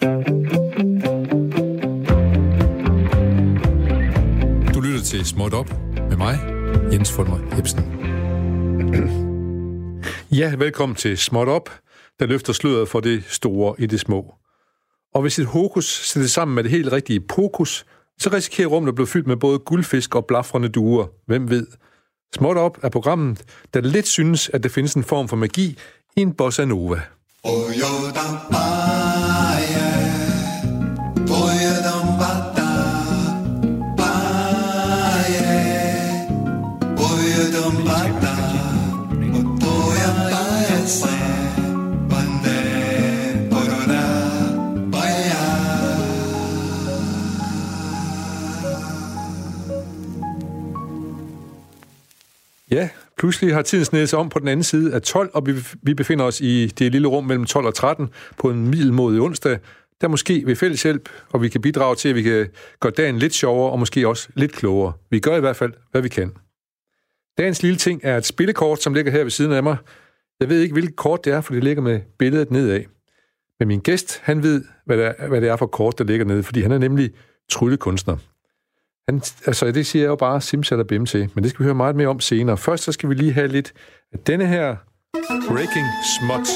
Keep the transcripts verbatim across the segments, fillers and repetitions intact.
Du lytter til Småt Op med mig, Jens Folmer Jebsen. Ja, velkommen til Småt Op, der løfter sløret for det store i det små. Og hvis et hokus sættes sammen med det helt rigtige pokus, så risikerer rummet at blive fyldt med både guldfisk og blafrende duer. Hvem ved? Småt Op er programmet, der lidt synes, at der findes en form for magi i en bossa nova. Ja, pludselig har tiden snedet sig om på den anden side af tolv, og vi befinder os i det lille rum mellem tolv og tretten på en middelmådig onsdag, der måske ved fælles hjælp, og vi kan bidrage til, at vi kan gøre dagen lidt sjovere og måske også lidt klogere. Vi gør i hvert fald, hvad vi kan. Dagens lille ting er et spillekort, som ligger her ved siden af mig. Jeg ved ikke, hvilket kort det er, for det ligger med billedet nedad. Men min gæst, han ved, hvad det er, hvad det er for kort, der ligger nede, fordi han er nemlig tryllekunstner. Han, altså, det siger jeg jo bare simsalabim til, men det skal vi høre meget mere om senere. Først så skal vi lige have lidt af denne her Breaking Smut.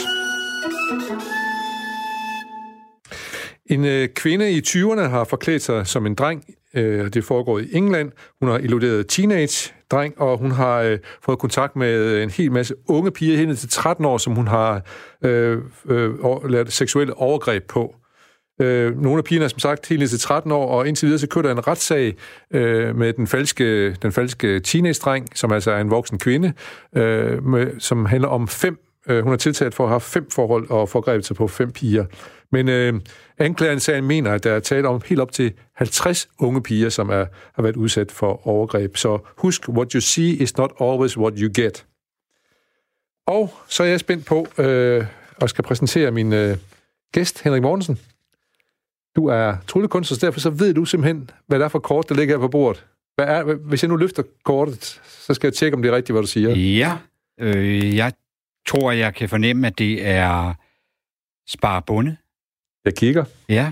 En øh, kvinde i tyverne har forklædt sig som en dreng. Øh, det foregår i England. Hun har illuderet teenage-dreng, og hun har øh, fået kontakt med en hel masse unge piger hen til tretten år, som hun har øh, øh, lavet seksuelle overgreb på. Øh, nogle af pigerne er som sagt helt ned til tretten år, og indtil videre så kører der en retssag øh, med den falske, den falske teenage-dreng, som altså er en voksen kvinde, øh, med, som handler om fem. Øh, hun er tiltalt for at have fem forhold og forgrebet sig på fem piger. Men øh, anklageren sagen mener, at der er tale om helt op til halvtreds unge piger, som er, har været udsat for overgreb. Så husk, what you see is not always what you get. Og så er jeg spændt på øh, og skal præsentere min øh, gæst, Henrik Mortensen. Du er tryllekunstner, så derfor så ved du simpelthen, hvad det er for kort, der ligger her på bordet. Hvad er, hvis jeg nu løfter kortet, så skal jeg tjekke, om det er rigtigt, hvad du siger. Ja, øh, jeg tror, jeg kan fornemme, at det er Sparbonde. Jeg kigger. Ja.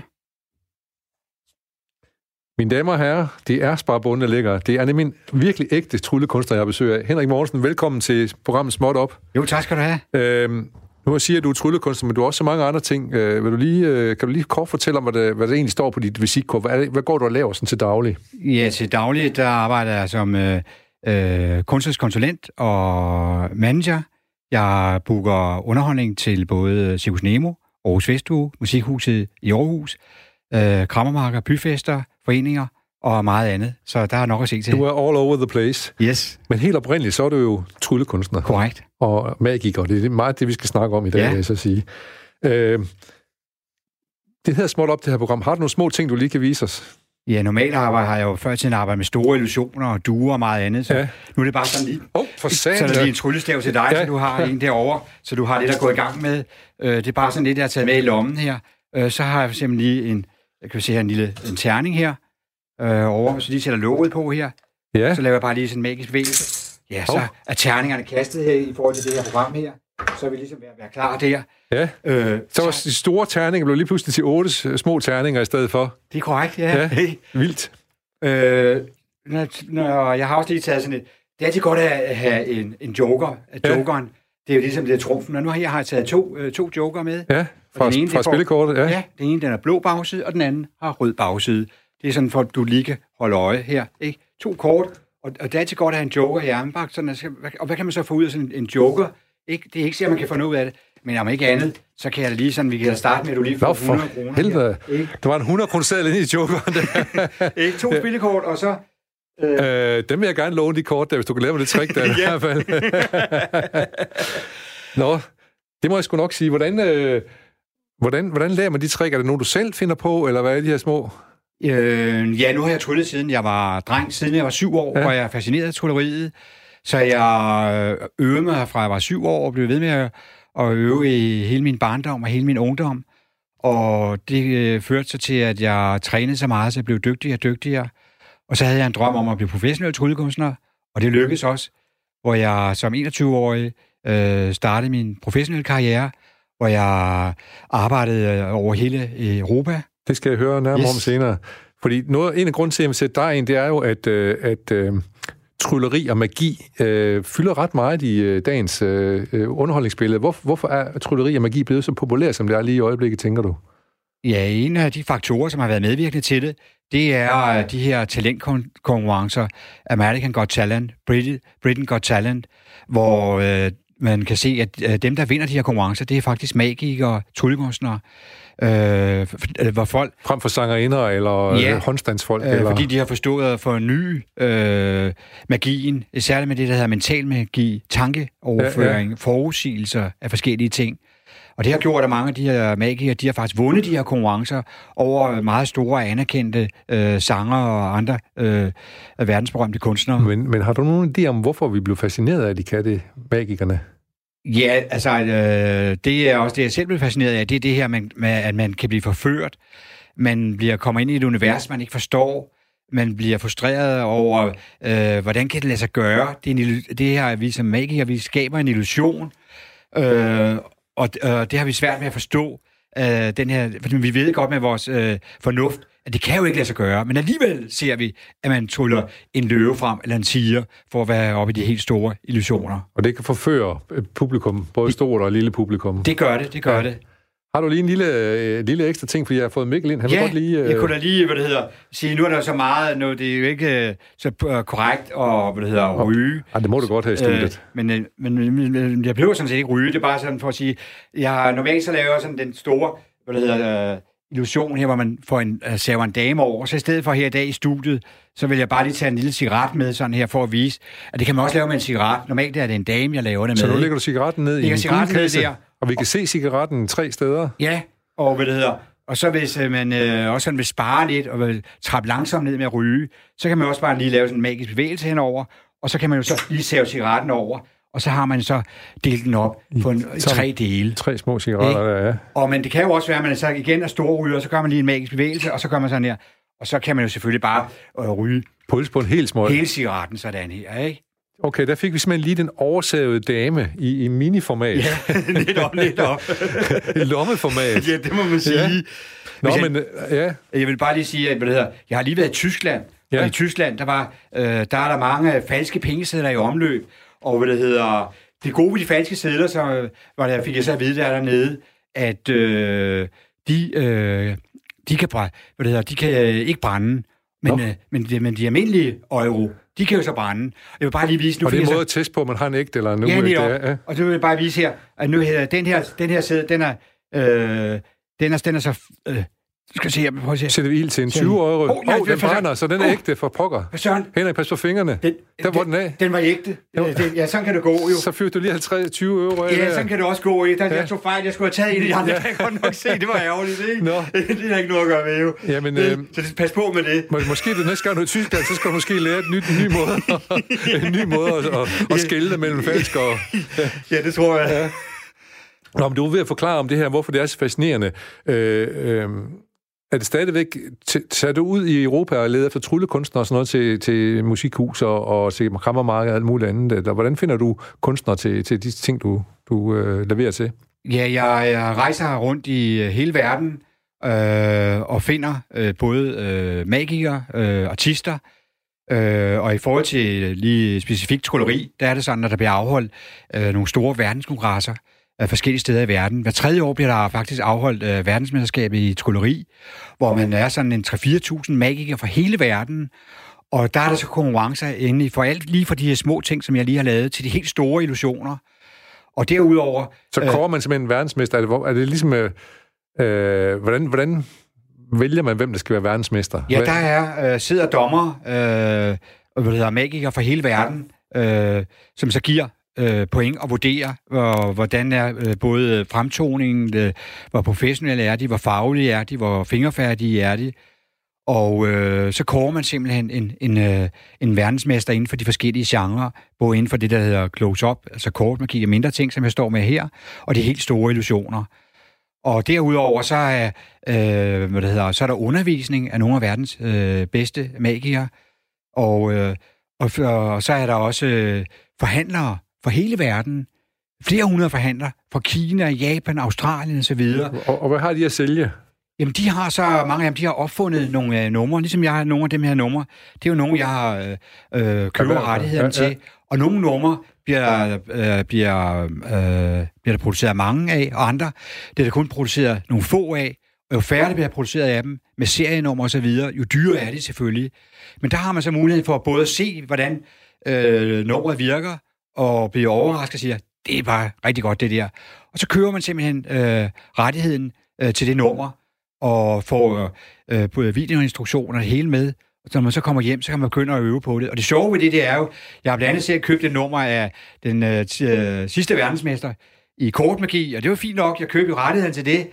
Mine damer og herrer, det er Sparbonde, der ligger. Det er nemlig en virkelig ægte tryllekunstner, jeg besøger. Henrik Mortensen, velkommen til programmet Småt Op. Jo, tak skal du have. Øhm, Nu siger jeg, at du er tryllekunstner, men du har også så mange andre ting. Øh, vil du lige, øh, kan du lige kort fortælle om, hvad det, hvad det egentlig står på dit visitkort? Hvad, hvad går du og laver sådan til daglig? Ja, til daglig, der arbejder jeg som øh, øh, kunstnerkonsulent og manager. Jeg booker underholdning til både Cirkus Nemo, Aarhus Festuge, Musikhuset i Aarhus, øh, krammermarker, byfester, foreninger og meget andet. Så der er nok at se til. Du er all over the place. Yes. Men helt oprindeligt, så er du jo tryllekunstner. Korrekt. Og magiker, det er meget det, vi skal snakke om i dag, ja. Vil jeg så sige. Øh, det hedder Småt Op, det her program. Har du nogle små ting, du lige kan vise os? Ja, normalt arbejder har jeg jo før tiden arbejdet med store illusioner og duer og meget andet, så ja. Nu er det bare sådan lige... Åh, oh, for satan. Så er der lige en tryllestav til dig, ja. Så du har en derovre, så du har lidt at gå i gang med. Øh, det er bare sådan lidt, jeg har taget med i lommen her. Øh, så har jeg simpelthen lige en, jeg kan se her, en lille en terning her, øh, over, så lige sætter låget på her. Ja. Så laver jeg bare lige sådan en magisk bevægelse. Ja, så er terningerne kastet her i forhold til det her program her. Så er vi ligesom ved at være klar der. Ja, øh, så var de store terninger blev lige pludselig til otte små terninger i stedet for. Det er korrekt, ja. Ja, vildt. Øh, når, når jeg har også lige taget sådan et... Det er altid godt at have en, en joker. At ja. Jokeren, det er jo ligesom det er trumfen. Og nu har jeg har taget to, øh, to joker med. Ja, fra, ene, fra spillekortet. Ja. ja, den ene den er blå bagside, og den anden har rød bagside. Det er sådan, for at du lige kan holde øje her. Ikke? To kort, og, og det er altid godt at have en joker i ærmebak. Sådan, altså, og hvad kan man så få ud af sådan en, en joker? Ikke, det er ikke sikkert, man kan få noget ud af det. Men om ikke andet, så kan jeg lige sådan, vi kan starte med, at du lige får hundrede kroner. Helvede. Der var en hundrede kroner seddel inde i jokeren der. Ikke? To spillekort, og så... Øh... Øh, dem vil jeg gerne låne de kort der, hvis du kan lave det trick der i hvert fald. Nå, det må jeg sgu nok sige. Hvordan, øh, hvordan, hvordan lærer man de trick? Er det nogen, du selv finder på, eller hvad er de her små? Øh, ja, nu har jeg tryllet siden jeg var dreng, siden jeg var syv år, ja. Hvor jeg er fascineret af trylleriet. Så jeg øvede mig fra jeg var syv år og blev ved med at, at øve i hele min barndom og hele min ungdom. Og det øh, førte sig til, at jeg trænede så meget, så jeg blev dygtigere og dygtigere. Og så havde jeg en drøm om at blive professionel tryllekunstner, og det lykkedes også, hvor jeg som enogtyve-årig øh, startede min professionelle karriere, hvor jeg arbejdede over hele Europa. Det skal jeg høre nærmere yes. om senere. Fordi noget, en af grunden til, at jeg vil sætte dig ind, det er jo, at, øh, at øh, trylleri og magi øh, fylder ret meget i øh, dagens øh, underholdningsbillede. Hvor, hvorfor er trylleri og magi blevet så populært, som det er lige i øjeblikket, tænker du? Ja, en af de faktorer, som har været medvirkende til det, det er de her talentkonkurrencer, American Got Talent, Britain Got Talent, hvor øh, man kan se, at dem, der vinder de her konkurrencer, det er faktisk magikere, tryllekunstnere, øh, hvor folk... Frem for sangerinder eller ja, håndstandsfolk? Øh, eller... fordi de har forstået at forny øh, magien, særligt med det, der hedder mental magi, tankeoverføring, ja, ja. forudsigelser af forskellige ting. Og det har gjort, at mange af de her magikere, de har faktisk vundet de her konkurrencer over meget store, anerkendte øh, sanger og andre øh, verdensberømte kunstnere. Men, men har du nogen idé om, hvorfor vi blev fascineret af, de kan det, magikerne? Ja, altså, øh, det er også det, jeg selv blev fascineret af. Det er det her, man, med, at man kan blive forført. Man bliver kommer ind i et univers, man ikke forstår. Man bliver frustreret over, øh, hvordan kan det lade sig gøre. Det, er en, det her, vi som magikere, vi skaber en illusion. Øh, Og øh, det har vi svært med at forstå, øh, den her, fordi vi ved godt med vores øh, fornuft, at det kan jo ikke lade sig gøre, men alligevel ser vi, at man tryller en løve frem, eller en tiger, for at være oppe i de helt store illusioner. Og det kan forføre publikum, både stort og lille publikum. Det gør det, det gør ja. det. Har du lige en lille, øh, lille ekstra ting, fordi jeg har fået Mikkel ind? Han ja, godt lige, øh... jeg kunne da lige, hvad det hedder, sige, nu er der så meget, nu det er jo ikke øh, så øh, korrekt at, hvad det hedder, ryge. Ja, det må du godt have i studiet. Øh, men, men, men jeg behøver sådan set ikke ryge, det er bare sådan for at sige, jeg normalt så laver sådan den store, hvad det hedder, øh, illusion her, hvor man får en, uh, saver en dame over, så i stedet for her i dag i studiet, så vil jeg bare lige tage en lille cigaret med sådan her, for at vise, at det kan man også lave med en cigaret. Normalt er det en dame, jeg laver det med. Så nu lægger du cigaretten ned i en guldkasse, og vi kan se cigaretten tre steder? Ja, og hvad det hedder, og så hvis øh, man øh, også vil spare lidt, og vil trappe langsomt ned med at ryge, så kan man også bare lige lave sådan en magisk bevægelse henover, og så kan man jo så lige save cigaretten over, og så har man så delt den op på en, tre dele. Tre små cigaretter, ja. Og men det kan jo også være, at man så igen er store ryger, og så gør man lige en magisk bevægelse, og så gør man sådan her. Og så kan man jo selvfølgelig bare øh, ryge. Puls på en hel smøg. Hele cigaretten sådan her, ikke? Okay, der fik vi simpelthen lige den oversavede dame i, i miniformat. Ja, lidt op, lidt op. I lommeformat. Ja, det må man sige. Ja. Nå, jeg, men, ja. Jeg vil bare lige sige, at hvad det hedder, jeg har lige været i Tyskland, ja. Og i Tyskland, der, var, øh, der er der mange falske pengesedler i omløb, og hvad det hedder, det gode ved de falske sedler, så var der, fik jeg så at vide der dernede, at øh, de, øh, de, kan, hvad det hedder, de kan ikke brænde, men, øh, men, de, men de almindelige euro, de kan jo så brænde. Jeg vil bare lige vise... Nu og det er en måde så... at teste på, om man har en ægte eller en uægte. Ja, ja, ja. Og så vil jeg bare vise her, at nu her, den her, den her sæde, den er, øh, den er, den er så... Øh, skal se her, prøv at se. Sætter vi ild til en tyve euro. Åh, oh, oh, den brænder, så den er oh. ægte for pokker. Søren. Henrik, pas på fingrene. Den, der var den af. Den var ægte. Den, ja, sådan kan det gå jo. Så fyrte du lige halvtreds til tyve euro af. Ja, sådan kan det også gå. Der, ja. Jeg tog fejl, jeg skulle have taget en af de andre. Ja. Jeg kan godt nok se, det var ærgerligt, ikke? Nå. Det er ikke noget at gøre med, jo. Jamen, øh, så det, pas på med det. Må, måske det næste gang du er i Tyskland, så skal du måske lære et nyt, en ny måde, en ny måde at, at, at skelne mellem falsk og... Ja. ja, det tror jeg. Ja. Nå, men du er ved at forklare om det her, hvorfor det er så fascinerende. Øh, øh, Er det stadigvæk, tager du ud i Europa og leder efter tryllekunstnere og sådan noget til, til musikhus og, og til krammermarked og alt muligt andet? Eller hvordan finder du kunstnere til, til de ting, du, du øh, leverer til? Ja, jeg, jeg rejser rundt i hele verden øh, og finder øh, både øh, magikere, øh, artister, øh, og i forhold til lige specifikt trylleri, der er det sådan, at der bliver afholdt øh, nogle store verdenskongresser forskellige steder i verden. Hver tredje år bliver der faktisk afholdt øh, verdensmesterskabet i trylleri, hvor man er sådan en tre til fire tusind magikere fra hele verden, og der er der så konkurrencer inde i for alt, lige fra de her små ting, som jeg lige har lavet, til de helt store illusioner. Og derudover... Så kårer man simpelthen en verdensmester? Er det, er det ligesom... Øh, øh, hvordan, hvordan vælger man, hvem der skal være verdensmester? Ja, der er øh, sidder dommer, øh, og hvad det hedder, magikere fra hele verden, øh, som så giver Øh, point og vurdere, hvor, hvordan er øh, både fremtoningen, øh, hvor professionelle er de, hvor faglige er de, hvor fingerfærdige er de. Og øh, så kårer man simpelthen en, en, øh, en verdensmester inden for de forskellige genrer, både inden for det, der hedder close-up, altså kort, man kigger mindre ting, som jeg står med her, og de helt store illusioner. Og derudover så er, øh, hvad det hedder, så er der undervisning af nogle af verdens øh, bedste magikere, og, øh, og, og så er der også øh, forhandlere for hele verden, flere hundrede forhandlere fra Kina, Japan, Australien osv. Og, og hvad har de at sælge? Jamen, de har så, mange af dem, de har opfundet nogle øh, numre, ligesom jeg har nogle af dem her numre. Det er jo nogle, jeg har øh, øh, køber rettighederne ja, ja. til. Og nogle numre bliver, øh, bliver, øh, bliver der produceret mange af, og andre det er der kun produceret nogle få af. Og jo færre der bliver produceret af dem, med serienummer og så videre, jo dyrere er det selvfølgelig. Men der har man så mulighed for både at se, hvordan øh, nummeret virker, og blive overrasket og sige, det er bare rigtig godt det der. Og så kører man simpelthen øh, rettigheden øh, til det nummer, og får øh, både videoinstruktioner og det hele med. Og når man så kommer hjem, så kan man begynde at øve på det. Og det sjove ved det, det er jo, jeg har blandt andet selv købt et nummer af den øh, t- sidste verdensmester i kortmagi, og det var fint nok, jeg købte rettigheden til det,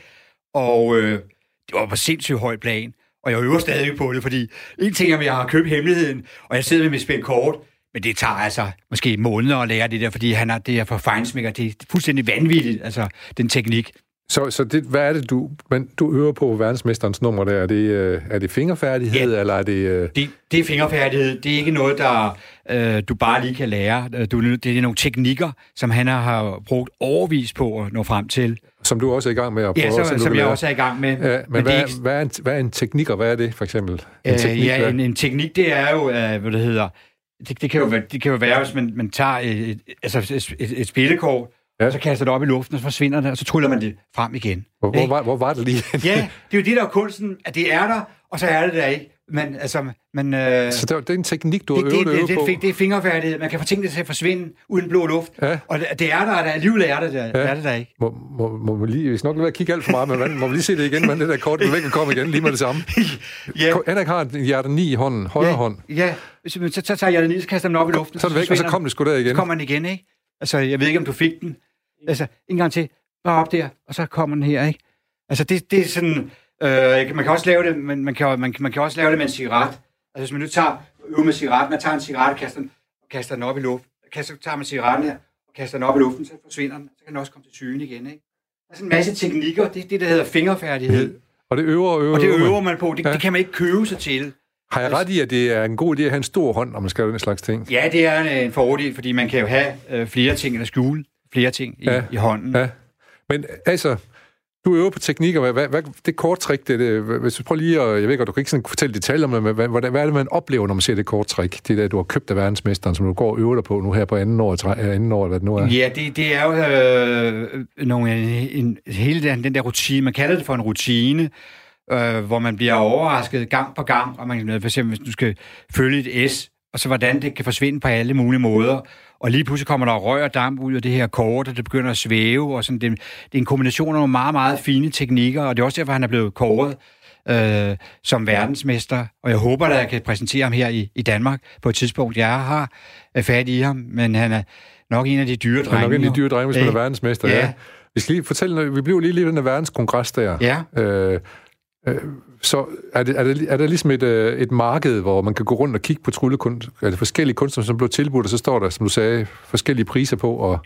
og øh, det var på sindssygt højt plan. Og jeg øver stadig på det, fordi en ting er, at jeg har købt hemmeligheden, og jeg sidder med mit spil kort, men det tager altså måske måneder at lære det der, fordi han er, det er for fejnsmækker. Det er fuldstændig vanvittigt, altså den teknik. Så, så det, hvad er det, du, men du øver på verdensmesterens nummer der? Er det, øh, er det fingerfærdighed, ja, eller er det, øh... det... Det er fingerfærdighed. Det er ikke noget, der øh, du bare lige kan lære. Du, det er nogle teknikker, som han har brugt overvis på at nå frem til. Som du også er i gang med at prøve? Ja, så, som jeg lære. også er i gang med. Ja, men men hvad, ikke... hvad, er en, hvad er en teknik, og hvad er det, for eksempel? En øh, teknik, ja, en, en teknik, det er jo, øh, hvad det hedder... Det, det, kan jo være, det kan jo være, hvis man, man tager et, et, altså et, et, et spillekort, ja. Og så kaster det op i luften, og så forsvinder det, og så tryller man det frem igen. Hvor, hvor, var, hvor var det lige? Ja, det er jo det, der er kunsten, at det er der, og så er det der ikke. Men, altså, men, øh, så det er, det er en teknik, du har det, øvet det, øve det, på? Det, det er fingerfærdighed. Man kan få tingene til at forsvinde uden blå luft. Ja. Og det, det er der, der alligevel er det der. Ja. Er det der ikke. Må, må, må man lige, hvis nok lade være at kigge alt for meget, men må vi lige se det igen, men det der kort vil væk og komme igen lige med det samme. Ja. Henrik har en hjerte ni i hånden, højre ja. hånd. Ja, så, så, så tager hjerte ni, så kaster man op i luften. Så er det væk, og så kommer det sgu der igen. Så kommer den igen, ikke? Altså, jeg ved ikke, om du fik den. Altså, en gang til. Bare op der, og så kommer den her, ikke? Altså, det, det er sådan... Øh, man kan også lave det, men man kan, man, man kan også lave det med en cigaret. Altså, hvis man nu tager, øver med cigaretten, man tager en cigaret og kaster den, og kaster den op i luften. Så tager man cigaretten her, og kaster den op i luften, så forsvinder den. Så kan den også komme til syne igen, ikke? Der er sådan en masse teknikker. Det er det, der hedder fingerfærdighed. Ja. Og det øver og øver Og det øver man på. Det, ja. det kan man ikke købe sig til. Har jeg ret i, at det er en god idé at have en stor hånd, når man skal have den slags ting? Ja, det er en, en fordel, fordi man kan jo have øh, flere ting, eller skjule flere ting i, ja. i hånden. Ja. Men altså... Du øver på teknikker. Hvad, hvad, hvad, det korttrik, det, det, hvis du prøver lige at... Jeg ved ikke, du kan ikke sådan fortælle detaljer om det, men hvad, hvad er det, man oplever, når man ser det korttrik? Det der, du har købt af verdensmesteren, som du går og øver dig på nu her på anden år, anden år hvad det nu er. Ja, det, det er jo øh, nogle, en, hele den, den der rutine. Man kalder det for en rutine, øh, hvor man bliver overrasket gang på gang, og man for eksempel, hvis du skal følge et S, og så hvordan det kan forsvinde på alle mulige måder. Og lige pludselig kommer der røg og damp ud af det her kort, og det begynder at svæve, og sådan. Det, det er en kombination af nogle meget, meget fine teknikker, og det er også derfor, han er blevet kåret øh, som verdensmester. Og jeg håber, at jeg kan præsentere ham her i, i Danmark på et tidspunkt. Jeg har fat i ham, men han er nok en af de dyre drenge. Han er nok en af de dyre drenge, hvis man er verdensmester, ja. ja. Vi skal lige fortælle, vi blev lige lidt i den der verdenskongres der. Ja. Øh, øh, så er det, er, det, er det ligesom et, øh, et marked, hvor man kan gå rundt og kigge på tryllekunst, er det forskellige kunstnere, som blev tilbudt, og så står der, som du sagde, forskellige priser på, og...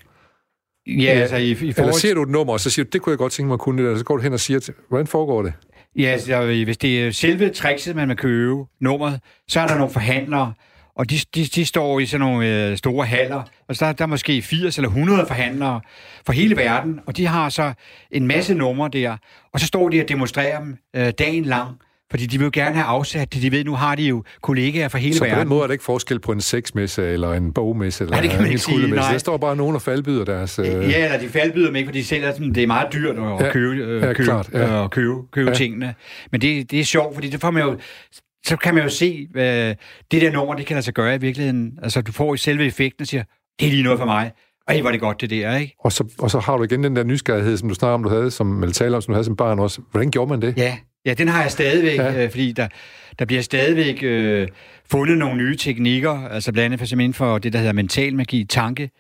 Ja, altså i, i forhold... Eller ser du et nummer, og så siger du, det kunne jeg godt tænke mig at kunne det der, så går du hen og siger, til, hvordan foregår det? Ja, altså, hvis det er selve trickset, man vil købe nummeret, så er der nogle forhandlere, og de, de, de står i sådan nogle øh, store haller, og så der, der er måske firs eller hundrede forhandlere fra hele verden, og de har så en masse numre der, og så står de og demonstrerer dem øh, dagen lang, fordi de vil jo gerne have afsat det. De ved, nu har de jo kollegaer fra hele så verden. Så på den måde er der ikke forskel på en sexmesse eller en bogmesse eller nej, det kan man ikke sige, nej. Der står bare nogen og faldbyder deres... Øh... Ja, eller de faldbyder dem ikke, fordi de sælger sådan, det er meget dyrt at ja, købe, øh, ja, købe, klart, ja. øh, købe, købe ja. tingene. Men det, det er sjovt, fordi det får man jo... Så kan man jo se, øh, det der nummer, det kan altså gøre i virkeligheden. Altså, du får i selve effekten og siger, det er lige noget for mig. Og hey, var det godt, det der, ikke? Og så, og så har du igen den der nysgerrighed, som du snakker om, du havde, som, eller taler om, som du havde som barn også. Hvordan gjorde man det? Ja, ja den har jeg stadigvæk, ja. øh, fordi der, der bliver stadigvæk øh, fundet nogle nye teknikker, altså blandt andet for inden for det, der hedder mental magi, tanke,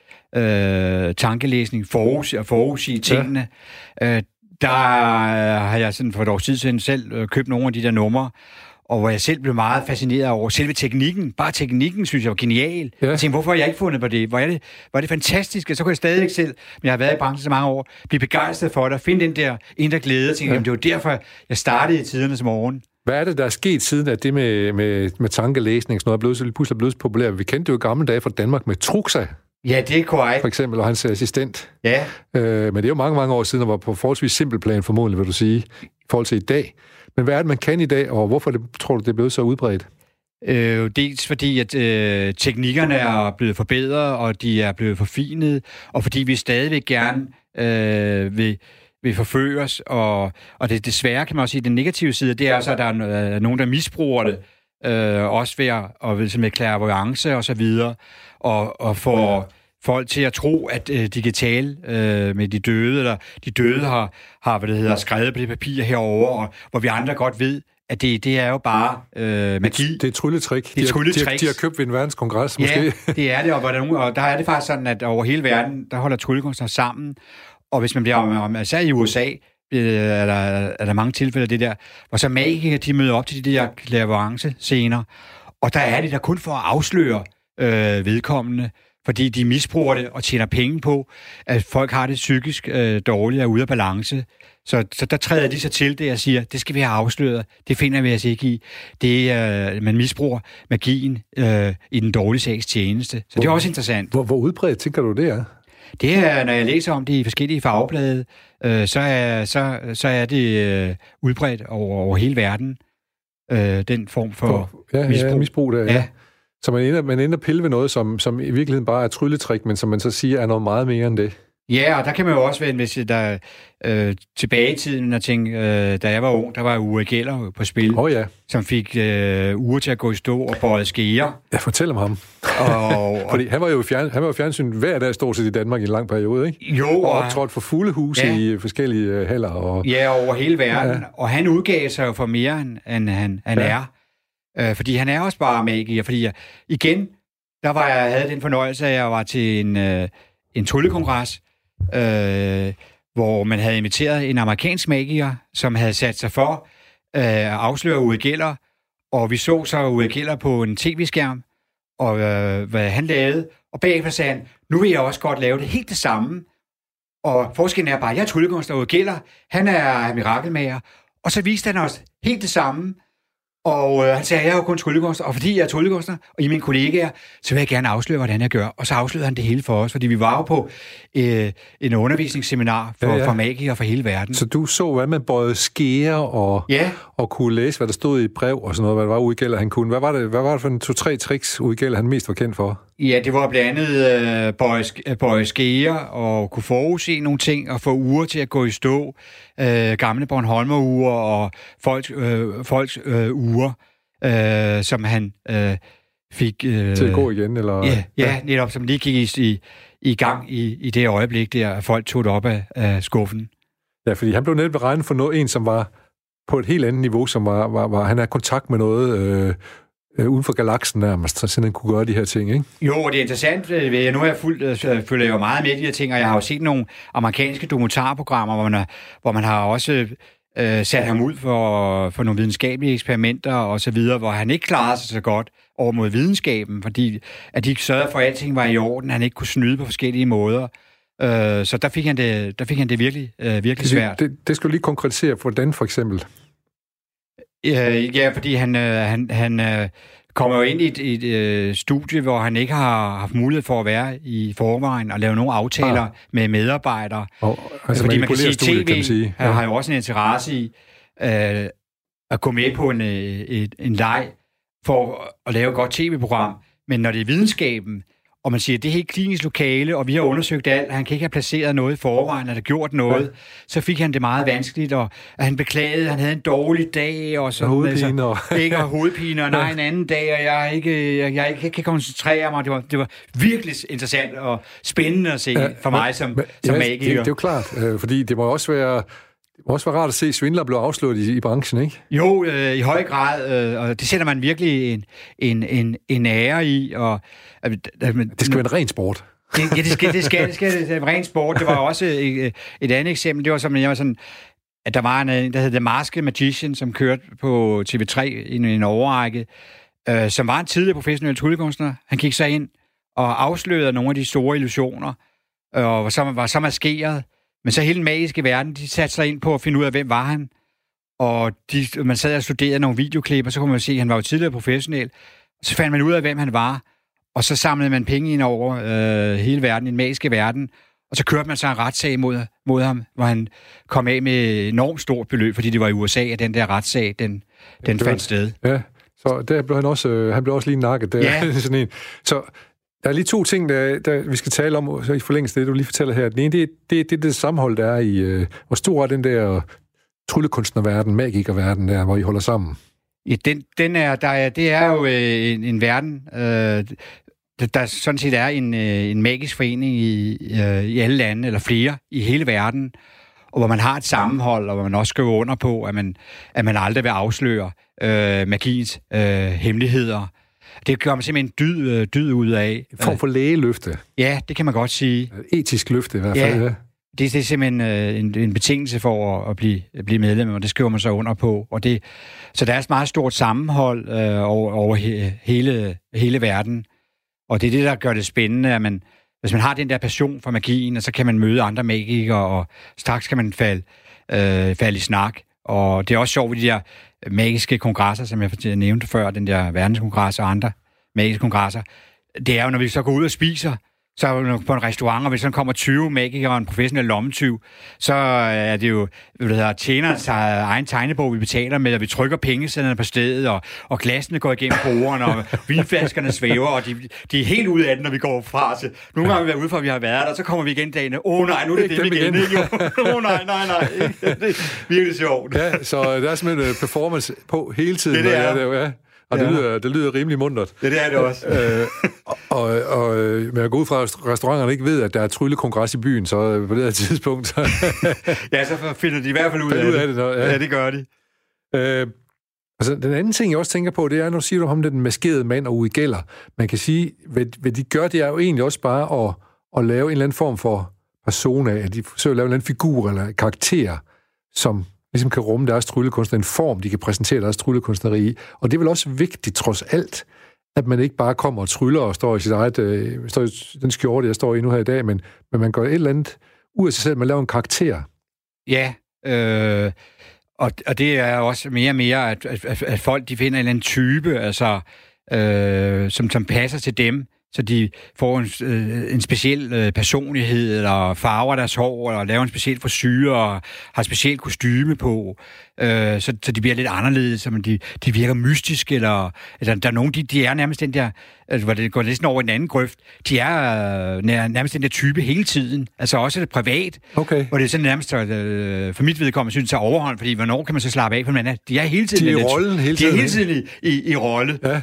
øh, tankelæsning, forudsige, forudsige tingene. Ja. Øh, der har jeg sådan for et års tid siden selv øh, købt nogle af de der numre, og hvor jeg selv blev meget fascineret over selve teknikken. Bare teknikken, synes jeg var genial. Ja. Jeg tænkte, hvorfor har jeg ikke fundet på det? Hvor er det, hvor er det fantastisk? Og så kunne jeg stadigvæk selv, men jeg har været i branchen så mange år, blive begejstret for det, og finde den der indre glæde. Og tænkte, ja. Det var derfor, jeg startede i tidernes morgen. Hvad er det, der er sket siden, at det med, med, med tankelæsning og sådan noget er blevet, så pludselig blevet populært? Vi kendte jo i gamle dage fra Danmark med Truxa. Ja, det er korrekt. For eksempel, og hans assistent. Ja. Øh, men det er jo mange, mange år siden, og var på forholdsvis simpel plan, formodentlig, vil du sige, i forhold til i dag. Men hvad er det, man kan i dag, og hvorfor det, tror du, det er blevet så udbredt? Øh, dels fordi, at øh, teknikkerne er blevet forbedret, og de er blevet forfinet, og fordi vi stadigvæk gerne øh, vil, vil forføres, og, og det desværre, kan man også sige, den negative side, det er også, at der er øh, nogen, der misbruger det, øh, også ved at, og med clairvoyance og så videre, og, og får folk til at tro, at øh, de kan tale øh, med de døde, eller de døde har, har hvad det hedder, skrevet på det papir herover, og hvor vi andre godt ved, at det, det er jo bare øh, magi. Det er et trylletrik. Det er de, har, de, de har købt ved en verdenskongres, måske. Ja, det er det, og, der, nogen, og der er det faktisk sådan, at over hele verden, der holder tryllekunstnere sammen, og hvis man bliver om, altså i U S A, er der, er der mange tilfælde af det der, hvor så magikere, de møder op til de der clairvoyance-scener, og der er det der kun for at afsløre øh, vedkommende, fordi de misbruger det og tjener penge på, at folk har det psykisk øh, dårligt og er ude af balance. Så, så der træder de så til det og siger, det skal vi have afsløret. Det finder vi os ikke i. Det er, øh, man misbruger magien øh, i den dårlige sags tjeneste. Så hvor, det er også interessant. Hvor, hvor udbredt tænker du, det er? Det er, når jeg læser om det i forskellige fagblade, øh, så, er, så, så er det øh, udbredt over, over hele verden. Øh, den form for ja, misbrug. Ja, misbrug der, ja. ja. Så man ender, man ender pille ved noget, som, som i virkeligheden bare er trylletrik, men som man så siger er noget meget mere end det. Ja, og der kan man jo også være, hvis der øh, tilbage i tiden, og tænke, øh, da jeg var ung, der var Uri Geller på spil, oh, ja. som fik øh, uger til at gå i stå og bøje skeer. Ja, fortæl om ham. Og, Fordi han var jo fjern, han var jo fjernsyn hver dag stort set i Danmark i en lang periode, ikke? Jo. Og optrådt for fulde huse ja. i forskellige uh, haller. Og... Ja, over hele verden. Ja. Og han udgav sig jo for mere, end han, han ja. er. Øh, fordi han er også bare magiker. Fordi jeg, igen, der var jeg havde den fornøjelse, at jeg var til en, øh, en tryllekongres, øh, hvor man havde inviteret en amerikansk magiker, som havde sat sig for øh, at afsløre Uri Geller, og vi så så Uri Geller på en tv-skærm, og øh, hvad han lavede, og bagefter sagde han, nu vil jeg også godt lave det helt det samme, og forskellen er bare, jeg er tryllekunstner, Uri Geller, han er mirakelmager, og så viste han os helt det samme. Og øh, han sagde, jeg er jo kun tryllekunstner, og fordi jeg er tryllekunstner, og I er mine kollegaer, så vil jeg gerne afsløre, hvordan jeg gør. Og så afslørede han det hele for os, fordi vi var jo på øh, en undervisningsseminar for, ja, ja. for magikere fra hele verden. Så du så, hvad man bøjede skeer og, ja. og kunne læse, hvad der stod i et brev og sådan noget, hvad det var Uri Geller, han kunne. Hvad var det, hvad var det for en to-tre tricks, Uri Geller, han mest var kendt for? Ja, det var blandt andet øh, bøje, bøje skeer og kunne forudse nogle ting og få uger til at gå i stå. Øh, gamle Bornholmer-uger og folks, øh, folks øh, uger, øh, som han øh, fik... Øh, til at gå igen, eller... Ja, ja, netop, som lige gik i, i gang i, i det øjeblik der, at folk tog det op af, af skuffen. Ja, fordi han blev netop beregnet for noget, en, som var på et helt andet niveau, som var... var, var han havde kontakt med noget... Øh, uden for galaksen nærmest, så sådan kunne gøre de her ting, ikke? Jo, og det er interessant. Nu har jeg fulgt, følger jeg jo meget med de her ting, og jeg har jo set nogle amerikanske dokumentarprogrammer, hvor man har, hvor man har også øh, sat ham ud for, for nogle videnskabelige eksperimenter og så videre, hvor han ikke klarede sig så godt over mod videnskaben, fordi at de sørgede for, at alting var i orden, han ikke kunne snyde på forskellige måder. Øh, så der fik han det, der fik han det virkelig, øh, virkelig svært. Det, det skal du lige konkretisere, hvordan for eksempel? Øh, ja, fordi han, øh, han, han øh, kommer jo ind i et, et øh, studie, hvor han ikke har haft mulighed for at være i forvejen og lave nogle aftaler ah. med medarbejdere. Og, altså fordi man kan sige, studie, T V sige. Ja. har jo også en interesse i øh, at gå med på en, et, en leg for at lave et godt tv-program. Men når det er videnskaben, og man siger, at det er helt klinisk lokale, og vi har undersøgt alt, han kan ikke have placeret noget i forvejen, eller gjort noget, ja. Så fik han det meget vanskeligt, og at han beklagede, han havde en dårlig dag, og så og hovedpine, og... ikke og hovedpine, og nej, en anden dag, og jeg ikke, jeg, jeg ikke kan koncentrere mig. Det var, det var virkelig interessant og spændende at se ja, for mig som, men, som ja, magiker. Det, det er jo klart, øh, fordi det må også være... Det må også være rart at se, at svindler blev afslået i, i branchen, ikke? Jo, øh, i høj grad, øh, og det sætter man virkelig en, en, en, en ære i. Og, øh, øh, det skal være en ren sport. Det, ja, det skal, det skal, det skal det, det ren sport. Det var også et, et andet eksempel. Det var som, jeg var sådan, at der var en, der hed The Masked Magician, som kørte på T V tre i en, en overrække, øh, som var en tidligere professionel tryllekunstner. Han gik så ind og afslørede nogle af de store illusioner, og var så, var så maskeret. Men så hele den magiske verden, de satte sig ind på at finde ud af, hvem var han. Og de, man sad og studerede nogle videoklip, og så kunne man se, at han var jo tidligere professionel. Så fandt man ud af, hvem han var. og så samlede man penge ind over øh, hele verden, den magiske verden, og så kørte man så en retssag mod, mod ham, hvor han kom af med enormt stort beløb, fordi det var i U S A, at den der retssag, den, den fandt sted. Ja, så der blev han også, øh, han blev også lige nakket der. Ja. Sådan en. Så der er lige to ting, der, der vi skal tale om, så i forlængelse af det, du lige fortæller her. Den ene, det er det, det, det sammenhold, der er i, øh, hvor stor er den der tryllekunstnerverden, magikerverden der, hvor I holder sammen? Ja, den, den er, der er, det er jo øh, en, en verden, øh, der, der sådan set er en, øh, en magisk forening i, øh, i alle lande, eller flere, i hele verden, og hvor man har et sammenhold, og hvor man også skriver under på, at man, at man aldrig vil afsløre øh, magiens øh, hemmeligheder. Det gør man simpelthen dyd, dyd ud af. En form for lægeløfte. Ja, det kan man godt sige. Etisk løfte i hvert fald, ja. ja. Det, det er simpelthen øh, en, en betingelse for at, at, blive, at blive medlem, og det skriver man så under på. Og det, så der er et meget stort sammenhold øh, over, over he, hele, hele verden. Og det er det, der gør det spændende, at man, hvis man har den der passion for magien, så kan man møde andre magikere, og straks kan man falde, øh, falde i snak. Og det er også sjovt ved de der magiske kongresser, som jeg nævnte før, den der verdenskongres og andre magiske kongresser. Det er jo, når vi så går ud og spiser, så er vi på en restaurant, og hvis der kommer tyve magikere og en professionel lommetyv, så er det jo, hvad det hedder, tjenerens egen tegnebog, vi betaler med, og vi trykker pengesedlerne på stedet, og, og glasene går igennem bordene, og vinflaskerne svæver, og de, de er helt ude af den, når vi går fra. Så nogle gange vi er ude fra, at vi har været der, og så kommer vi igen dagen, åh oh, nej, nu er det det igen. Åh oh, nej, nej, nej. Det er virkelig sjovt. Ja, så der er simpelthen performance på hele tiden. Det, det er. Det, ja. Og det, ja. lyder, det lyder rimelig muntert. Ja, det er det også. øh, og, og, men jeg går ud fra, at restauranterne ikke ved, at der er tryllekongres i byen, så på det her tidspunkt... Så ja, så finder de i hvert fald ud, af, ud af det. det når, ja. ja, det gør de. Øh, altså, den anden ting, jeg også tænker på, det er, når du siger du om den maskerede mand og Uri Geller. Man kan sige, hvad, hvad de gør, det er jo egentlig også bare at, at lave en eller anden form for persona, at de forsøger at lave en eller anden figur eller karakter, som ligesom kan rumme deres tryllekunstner, en form, de kan præsentere deres tryllekunstneri i. Og det er vel også vigtigt, trods alt, at man ikke bare kommer og tryller og står i sit eget, øh, står i den skjorte, jeg står i nu her i dag, men, men man gør et eller andet ud af sig selv, man laver en karakter. Ja, øh, og, og det er også mere og mere, at, at, at folk de finder en eller anden type, altså, øh, som, som passer til dem, så de får en, øh, en speciel øh, personlighed, eller farver deres hår, eller laver en speciel frisyre, og har speciel kostyme på, øh, så, så de bliver lidt anderledes, så de, de virker mystiske, eller, eller der er nogen, de, de er nærmest den der, altså, hvor det går næsten over en anden grøft, de er øh, nærmest den der type hele tiden, altså også det privat, okay. Hvor det er sådan nærmest, øh, for mit vedkommende, synes jeg overhånd, fordi hvornår kan man så slappe af, for man er, de er hele tiden de er i rollen hele tiden, de er hele tiden i, i, i rolle. Ja.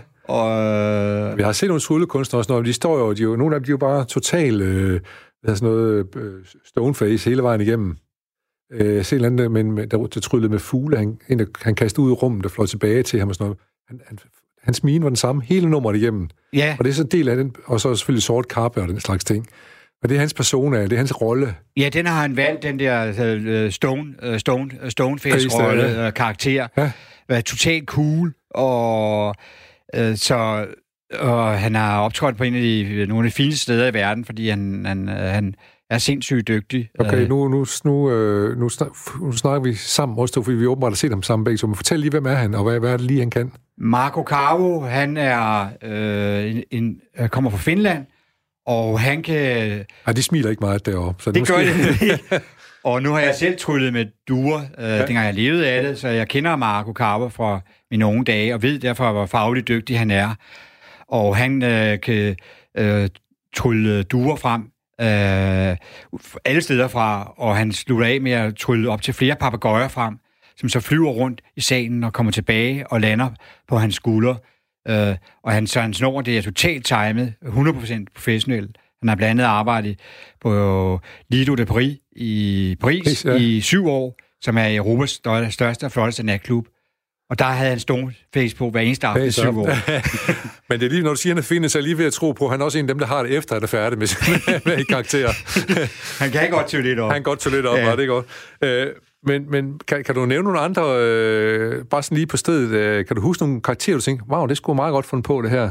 Og vi har set nogle tryllekunstnere også, når de står jo, de jo, nogle af dem de er jo bare totalt øh, sådan noget øh, stoneface hele vejen igennem. Øh, jeg ser en eller anden, men, der, der tryllede med fugle, han, en, der, han kastede ud i rummet, der fløj tilbage til ham og sådan noget. Han, han, hans mine var den samme, hele nummeret igennem. Ja. Og det er så en del af den, og så selvfølgelig sort kappe og den slags ting. Og det er hans persona, det er hans rolle. Ja, den har han valgt, den der uh, stone, uh, stone, uh, stoneface-rolle, ja. uh, karakter. Ja. Uh, totalt cool, og uh, så og han har optrådt på en af de, nogle af de fineste steder i verden, fordi han, han, han er sindssygt dygtig. Okay, nu, nu, nu, øh, nu, snak, nu snakker vi sammen også, fordi vi åbenbart har set ham sammen begge. Så fortæl lige, hvem er han, og hvad, hvad er det lige, han kan? Marco Caro, han er øh, en, en, kommer fra Finland, og han kan... Ja, de smiler ikke meget deroppe. Så det måske... gør det ikke. Og nu har jeg selv tryllet med duer, øh, ja. dengang jeg levede af det, så jeg kender Marco Caro fra mine unge dage, og ved derfor, hvor fagligt dygtig han er. Og han øh, kan øh, trylle duer frem øh, alle steder fra, og han slutter af med at trylle op til flere papegøjer frem, som så flyver rundt i salen og kommer tilbage og lander på hans skulder. Øh, og han, så hans nummer, det er totalt timet, hundrede procent professionel. Han har blandt andet arbejdet på Lido de Paris i Paris, Paris ja. i syv år, som er Europas største og flotteste natklub. Og der havde han stoneface på hver eneste aften i syv år. Men det er lige, når du siger, at han findes, så er lige ved at tro på, at han er også en af dem, der har det efter, at er færdig med, med, med karakterer. Han kan godt tøve lidt op. Han kan godt tøve lidt op, ja. Og det er godt. Øh, men men kan, kan du nævne nogle andre, øh, bare sådan lige på stedet, øh, kan du huske nogle karakterer, du tænker, wow, det skulle meget godt fundet på, det her?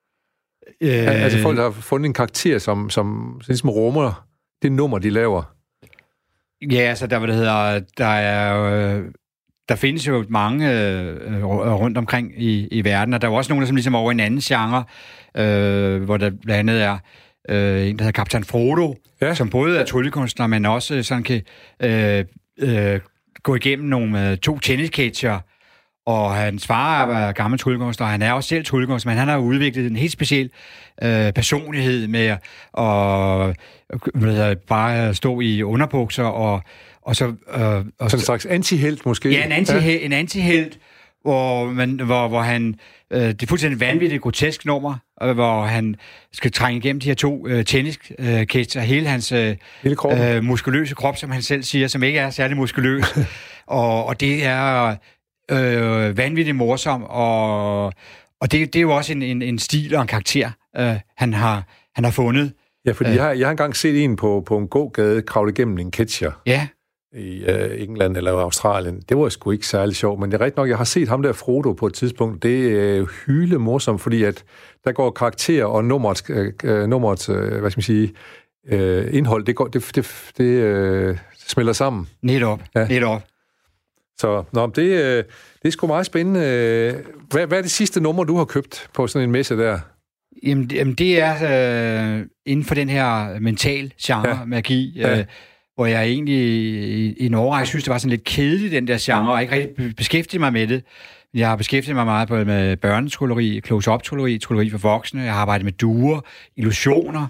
Øh... Altså folk, der har fundet en karakter, som, som ligesom rummer det nummer, de laver. Ja, altså der, hvad det hedder, der er øh, der findes jo mange øh, rundt omkring i, i verden, og der er jo også nogle, der som ligesom over en anden genre, øh, hvor der blandt andet er øh, en, der hedder Kaptajn Frodo, ja. Som både er tryllekunstner, men også sådan kan øh, øh, gå igennem nogle øh, to tennisketcher, og hans far er gammel tryllekunstner, og han er også selv tryllekunstner, men han har udviklet en helt speciel øh, personlighed med at og, hvad bare stå i underbukser og og så øh, og sådan en slags antihelt måske. Ja, en antihelt, ja. en antihelt, hvor man hvor hvor han øh, det er fuldstændig vanvittigt grotesk nummer, øh, hvor han skal trænge igennem de her to øh, tennisketcher, hele hans øh, hele øh, muskuløse krop, som han selv siger, som ikke er særlig muskuløs, og og det er Øh, vanvittigt morsom, og, og det, det er jo også en, en, en stil og en karakter, øh, han, har, han har fundet. Ja, fordi øh. jeg, har, jeg har engang set en på, på en gågade kravle igennem en ketcher ja. i øh, England eller Australien. Det var sgu ikke særlig sjovt, men det er rigtigt nok, jeg har set ham der Frodo på et tidspunkt. Det er jo hyle morsomt, fordi at der går karakter og nummeret, øh, nummeret øh, hvad skal man sige, øh, indhold, det, går, det, det, det øh, smelter sammen. Netop, ja. netop. Så nå, det, øh, det er sgu meget spændende. Hvad, hvad er det sidste nummer, du har købt på sådan en messe der? Jamen, jamen det er øh, inden for den her mental genre, ja. magi, øh, ja. hvor jeg egentlig i, i en årrække synes, det var sådan lidt kedeligt, den der genre, og ikke rigtig beskæftiget mig med det. Jeg har beskæftiget mig meget på, med børnetrylleri, close-up-trylleri, trylleri for voksne. Jeg har arbejdet med duer, illusioner.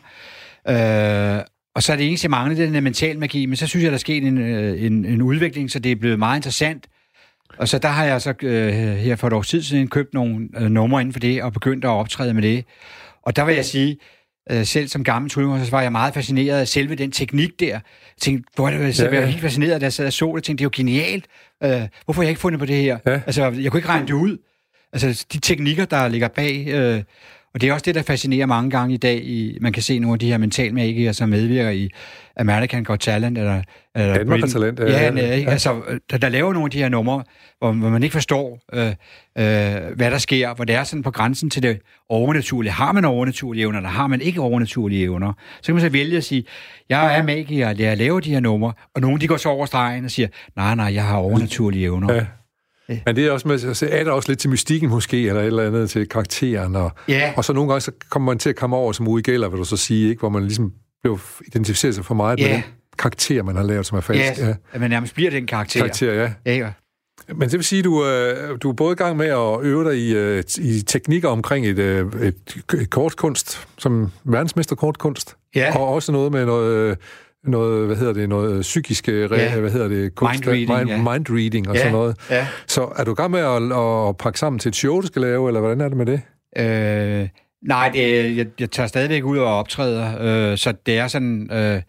Øh, og så er det eneste, jeg manglede, den der mental magi, men så synes jeg, der er sket en, en, en udvikling, så det er blevet meget interessant. Og så der har jeg så øh, her for et års tid siden købt nogle øh, numre inden for det, og begyndt at optræde med det. Og der vil jeg sige, øh, selv som gammel tryllekunstner, så var jeg meget fascineret af selve den teknik der. Jeg tænkte, hvor det, så ja, ja. jeg var helt fascineret, da jeg sad og så det, og tænkte, det er jo genialt. Øh, hvorfor har jeg ikke fundet på det her? Ja. Altså, jeg kunne ikke regne det ud. Altså, de teknikker, der ligger bag... Øh, Og det er også det, der fascinerer mange gange i dag. I, man kan se nogle af de her mentalmagikere, som medvirker i American Got Talent. Eller, eller Danmark har talent. Ja, ja, ja. Altså, der, der laver nogle af de her numre, hvor, hvor man ikke forstår, øh, øh, hvad der sker, hvor det er sådan på grænsen til det overnaturlige. Har man overnaturlige evner, eller har man ikke overnaturlige evner? Så kan man så vælge at sige, jeg er magiker, jeg laver de her numre, og nogle de går så over stregen og siger, nej, nej, jeg har overnaturlige evner. Ja. Men det er også med, så er der også lidt til mystikken måske, eller et eller andet til karakteren, og, ja. og så nogle gange så kommer man til at komme over som Uri Geller, vil du så sige, ikke? Hvor man ligesom blev identificeret sig for meget ja. med den karakter, man har lavet, som er falsk. Ja, ja. At man nærmest bliver den karakter. Karakter, ja. Ja, ja. Men det vil sige, at du, du er både i gang med at øve dig i, i teknikker omkring et, et, et kortkunst, som verdensmester kortkunst, ja. og også noget med noget... noget, hvad hedder det, noget psykiske, ja. hvad hedder det, kunst, mind reading, mind, ja. mind reading og ja. sådan noget. Ja. Så er du i gang med at, at pakke sammen til et show, du skal lave, eller hvordan er det med det? Øh, nej, det, jeg, jeg tager stadigvæk ud og optræder, øh, så det er sådan, øh,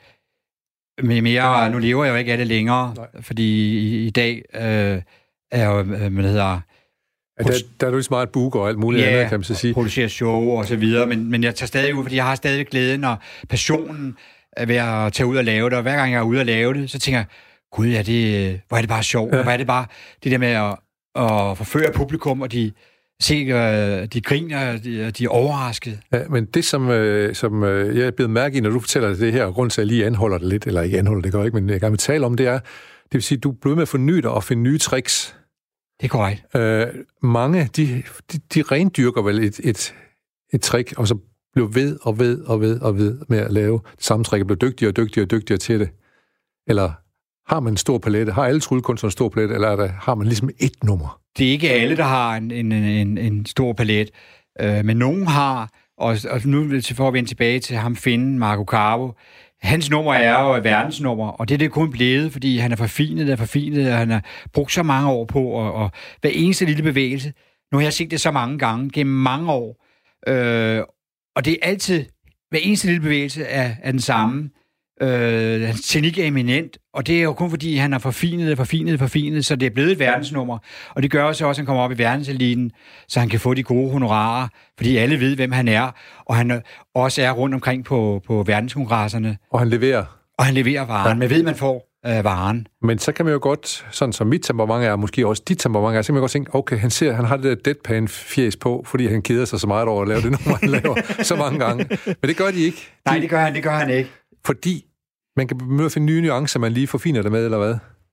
med mere, nu lever jeg jo ikke af det længere, nej. fordi i, i dag øh, er jo, hvad det hedder, Ja, der, der er jo så meget book og alt muligt ja, andet, kan man så sige. producere show og så videre, men, men jeg tager stadig ud, fordi jeg har stadig glæden og passionen ved at tage ud og lave det, og hver gang jeg er ude og lave det, så tænker jeg, gud, ja, det, hvor er det bare sjovt, ja. hvor er det bare det der med at, at forføre publikum, og de se, de griner, de, de er overrasket. Ja, men det, som, øh, som øh, jeg er blevet mærke i, når du fortæller det her, grund til at jeg lige anholder det lidt, eller ikke anholder det, gør ikke, men jeg gerne vil tale om, det er, det vil sige, du er blevet med at forny dig og finde nye tricks. Det er korrekt. Øh, mange, de, de, de rendyrker vel et, et, et trick, og så blev ved og ved og ved og ved med at lave det samme trick, og blev dygtigere og dygtigere og dygtigere til det. Eller har man en stor palette? Har alle tryllekunstnere en stor palette, eller er der, har man ligesom et nummer? Det er ikke alle, der har en, en, en, en stor palet, øh, men nogen har, og, og nu får vi vende tilbage til ham finden, Marco Caro. Hans nummer er jo et verdensnummer, og det er det kun blevet, fordi han er forfinet og forfinet, og han har brugt så mange år på, og, og hver eneste lille bevægelse. Nu har jeg set det så mange gange, gennem mange år, øh, og det er altid, hver eneste lille bevægelse er, er den samme. Øh, hans teknik er eminent, og det er jo kun fordi, han har forfinet og forfinet og forfinet, så det er blevet et verdensnummer. Og det gør også, at han kommer op i verdenseliten, så han kan få de gode honorarer, fordi alle ved, hvem han er, og han også er rundt omkring på, på verdenskongresserne. Og han leverer. Og han leverer varen. Ja. Man ved, man får øh, varen. Men så kan man jo godt, sådan som mit temperament er, måske også dit temperament er, så kan man godt tænke, okay, han, ser, han har det der deadpan-fjes på, fordi han keder sig så meget over at lave det nummer, han laver så mange gange. Men det gør de ikke. De, Nej, det gør han, det gør han ikke. Fordi man kan begynde at finde nye nuancer, man lige forfiner det med, eller hvad?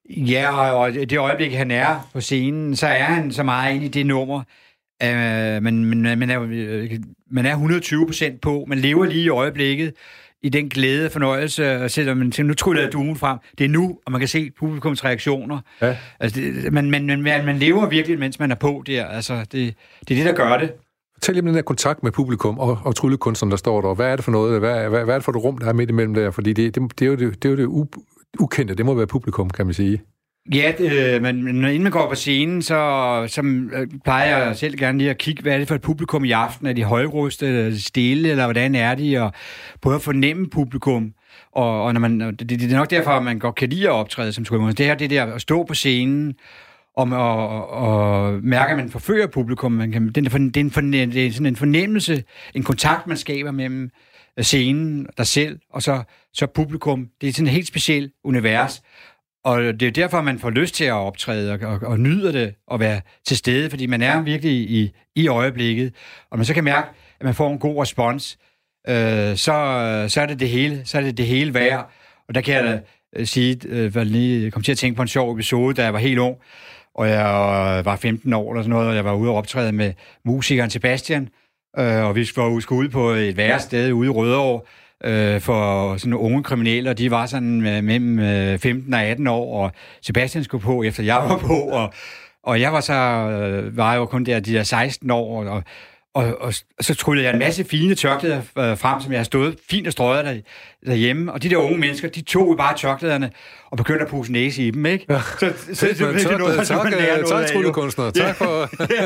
Ja, og det øjeblik, han er på scenen, så er han så meget inde i det nummer. Uh, men, men man, er, man er hundrede og tyve procent på. Man lever lige i øjeblikket i den glæde og fornøjelse, og selvom man tænker, nu tryller jeg duen frem. Det er nu, og man kan se publikums reaktioner. Ja. Altså, det, man, man, man, man lever virkelig, mens man er på der. Altså, det, det er det, der gør det. Fortæl lige om den her kontakt med publikum og, og tryllekunstneren, der står der. Hvad er det for noget? Hvad, hvad, hvad er det for et rum, der er midt imellem der? Fordi det, det, det er jo det, det, er jo det u, ukendte. Det må være publikum, kan man sige. Ja, det, men inden man går på scenen, så, så øh, plejer jeg selv gerne lige at kigge, hvad er det for et publikum i aften? Er de højrustede, er de stille, eller hvordan er de? Og prøve at fornemme publikum. Og, og når man, det, det er nok derfor, at man godt kan lide at optræde som tryllekunstner. Det er det der at stå på scenen, og, og, og mærke, at man forfører publikum. Man kan, det, er, det, er en fornem, det er sådan en fornemmelse, en kontakt, man skaber mellem scenen, dig selv, og så, så publikum. Det er sådan et helt specielt univers. Og det er derfor, man får lyst til at optræde og, og, og nyder det og være til stede, fordi man er virkelig i, i øjeblikket. Og man så kan mærke, at man får en god respons, øh, så, så er det det hele, så er det det hele værd. Og der kan jeg da sige, øh, jeg lige kom til at tænke på en sjov episode, da jeg var helt ung, og jeg var femten år eller sådan noget, og jeg var ude og optræde med musikeren Sebastian, øh, og vi var skulle ud på et værested ude i Rødovre, Øh, for sådan nogle unge kriminelle, og de var sådan øh, mellem øh, femten og atten år, og Sebastian skulle på, efter jeg var på, og, og jeg var så øh, var jo kun der de der seksten år, og, og, og, og så tryllede jeg en masse fine tørklæder øh, frem, som jeg har stået fint og strøget der, derhjemme, og de der unge mennesker, de tog jo bare tørklæderne og begyndte at pusse næse i dem, ikke? Ja. Så, så, så, så det er noget, tak, man lærer noget tak, tryllekunstner. Tak for...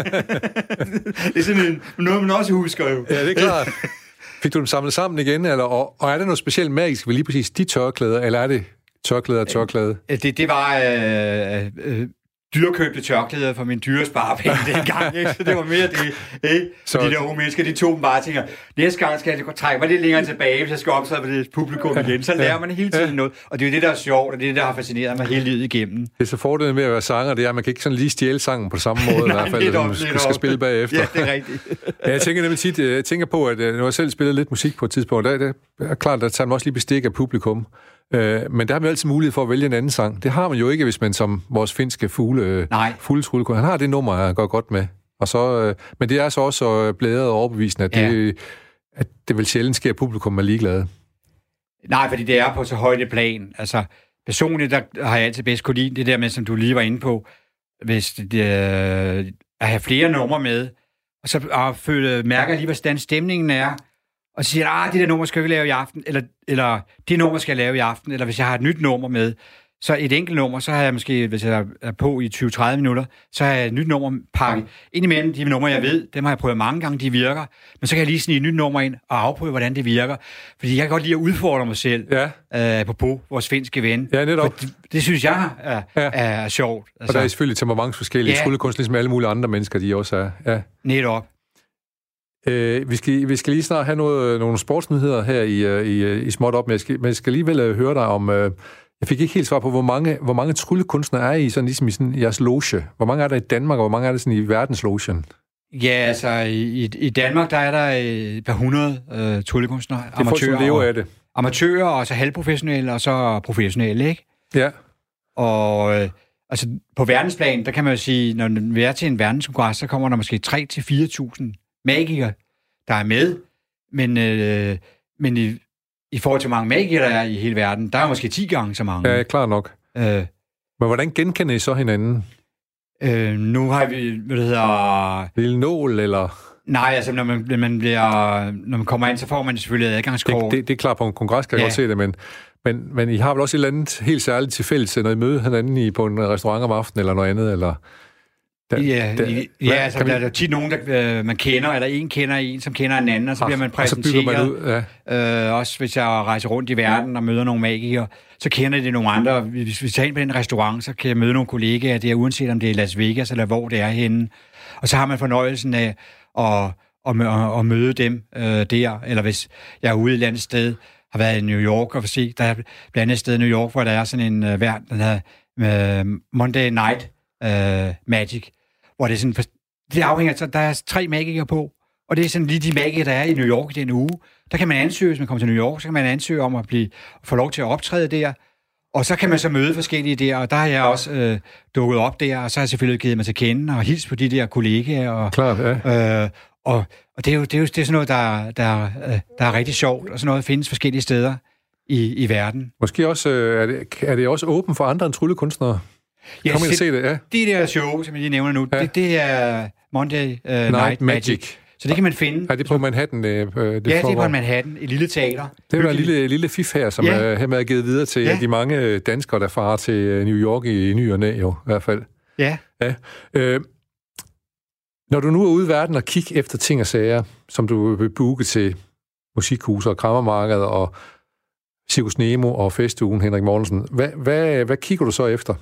Det er sådan en, noget, man også husker jo. Ja, det er klart. Fik du dem samlet sammen igen, eller, og, og er der noget specielt magisk ved lige præcis de tørklæder, eller er det tørklæder og tørklæder? Det, det var øh, øh, dyrkøbte tørklæder for min dyre sparepenge dengang, ikke? Så det var mere det, ikke? Så de der unge mennesker, de tog dem bare og tænker, næste gang skal jeg trække mig lidt længere tilbage, hvis jeg skal optræde på det publikum igen. Så lærer man hele tiden noget, og det er jo det, der er sjovt, og det er det, der har fascineret mig hele livet igennem. Det er så fordelen med at være sanger, det er, at man kan ikke sådan lige stjæle sangen på samme måde, Nej, i hvert fald, at man skal, skal spille bagefter. Ja, det er rigtigt. Ja, jeg tænker nemlig tit, jeg tænker på, at når jeg selv spillede lidt musik på et tidspunkt, der, det er klart, at tager man også lige bestik af publikum. Øh, men der har man jo altid mulighed for at vælge en anden sang. Det har man jo ikke, hvis man som vores finske fugle, fulde tryllekunstner, han har det nummer, han går godt med. Og så, øh, men det er så også blæret og overbevisende, at det, ja. at det vel sjældent sker, at publikum er ligeglade. Nej, fordi det er på så højt et plan. Altså, personligt, der har jeg altid bedst kunne lide det der med, som du lige var inde på, hvis det, øh, at have flere numre med, og så og føle, mærker lige, hvordan stemningen er, og så siger, ah, det der nummer skal jeg ikke lave i aften, eller, eller det nummer skal jeg lave i aften, eller hvis jeg har et nyt nummer med, så et enkelt nummer, så har jeg måske, hvis jeg er på i tyve til tredive minutter, så har jeg et nyt nummer pakket. Indimellem de numre, jeg ved, dem har jeg prøvet mange gange, de virker, men så kan jeg lige snige et nyt nummer ind og afprøve, hvordan det virker. Fordi jeg kan godt lide at udfordre mig selv, ja. øh, på vores finske ven. Ja, netop. Det, det synes jeg er, ja. er, er sjovt. Altså, og der er selvfølgelig temperamentsforskellige ja. tryllekunst, ligesom alle mulige andre mennesker, de også er. Ja. Netop. Øh, vi, skal, vi skal lige snart have noget, nogle sportsnyheder her i, i, i småt op, men jeg skal, men jeg skal alligevel høre dig om... Øh, jeg fik ikke helt svar på, hvor mange, hvor mange tryllekunstnere er I, sådan ligesom i, sådan, i jeres loge? Hvor mange er der i Danmark, og hvor mange er der sådan i verdenslogen? Ja, altså i, i Danmark, der er der et par hundrede øh, tryllekunstnere. Det er folk, som lever af det. Amatører, og så halvprofessionelle, og så professionelle, ikke? Ja. Og... Øh, altså på verdensplan, der kan man jo sige, når vi er til en verdenskongres, så kommer der måske tre til fire tusind magikere, der er med. Men, øh, men i, i forhold til mange magikere, der er i hele verden, der er måske ti gange så mange. Ja, klart nok. Øh, men hvordan genkender I så hinanden? Øh, nu har vi, hvad det hedder... Lille nål, eller... Nej, altså når man, man bliver, når man kommer ind, så får man selvfølgelig adgangskort. Det, det, det er klart, på en kongres kan jeg ja. godt se det, men... Men, men I har vel også et eller andet helt særligt til fælles, når I møder hinanden i, på en restaurant om aftenen eller noget andet? Eller, der, ja, der, ja hvad, altså, der er tit nogen, der øh, man kender, eller en kender en, som kender en anden, og så bliver man præsenteret. Og så bygger man ud, ja. øh, også hvis jeg rejser rundt i verden og møder nogle magikere, så kender det nogle andre. Hvis vi tager ind på den restaurant, så kan jeg møde nogle kollegaer der, uanset om det er Las Vegas eller hvor det er henne. Og så har man fornøjelsen af at, at, at, at møde dem øh, der, eller hvis jeg er ude i et andet sted, har været i New York og se, der er blandt andet et sted i New York, hvor der er sådan en uh, vært, den hedder uh, Monday Night uh, Magic, hvor det er sådan, det afhænger, så der er tre magikere på, og det er sådan lige de magikere, der er i New York i den uge. Der kan man ansøge, hvis man kommer til New York, så kan man ansøge om at blive, få lov til at optræde der, Og så kan man så møde forskellige der, og der har jeg også øh, dukket op der, og så har jeg selvfølgelig givet mig til kende og hils på de der kollegaer. Og, Klart, ja. øh, og, og det er jo, det er jo det er sådan noget, der, der, øh, der er rigtig sjovt, og sådan noget findes forskellige steder i, i verden. Måske også, øh, er, det, er det også åbent for andre end tryllekunstnere? Ja, Kom ind og se det, ja. Det der show, som jeg lige nævner nu, ja. det, det er Monday uh, Night, Night Magic. Magic. Så det kan man finde. Ja, det er på Manhattan. Det, det ja, det er på Manhattan, et lille teater. Det er jo en lille, lille fif her, som ja. er hermed givet videre til ja. de mange danskere, der farer til New York i ny og næ, jo, i hvert fald. Ja. ja. Øh, når du nu er ude i verden og kigger efter ting og sager, som du vil booke til musikhuser og krammermarkeder og Cirkus Nemo og festugen, Henrik Mortensen, hvad, hvad, hvad kigger du så efter?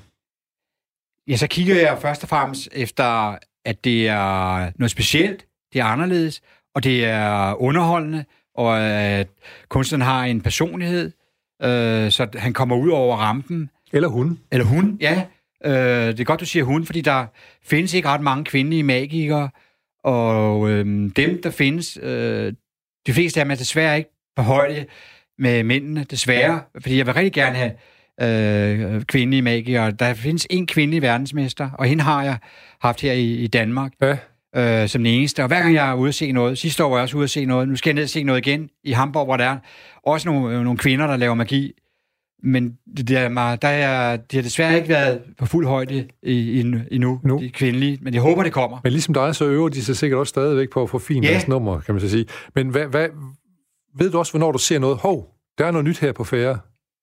Ja, så kigger jeg først og fremmest efter, at det er noget specielt, det er anderledes, og det er underholdende, og at kunstneren har en personlighed, øh, så han kommer ud over rampen. Eller hun. Eller hun, ja. Øh, det er godt, du siger hun, fordi der findes ikke ret mange kvindelige magikere, og øh, dem, der findes, øh, de fleste af dem er desværre ikke på højde med mændene, desværre, fordi jeg vil rigtig gerne have øh, kvindelige magikere. Der findes en kvindelig verdensmester, og hende har jeg haft her i, i Danmark. Ja. Øh, som den eneste. Og hver gang jeg er ude at se noget, sidste år var jeg også ude at se noget, nu skal jeg ned og se noget igen i Hamburg, hvor der er også nogle, nogle kvinder, der laver magi. Men det der, der er, de har desværre ikke været på fuld højde i, i, endnu, nu. De kvindelige, men jeg håber, det kommer. Men ligesom dig, så øver de sig sikkert også stadigvæk på at få fint deres nummer, kan man så sige. Men hvad, hvad, ved du også, hvornår du ser noget? Hov, der er noget nyt her på færre.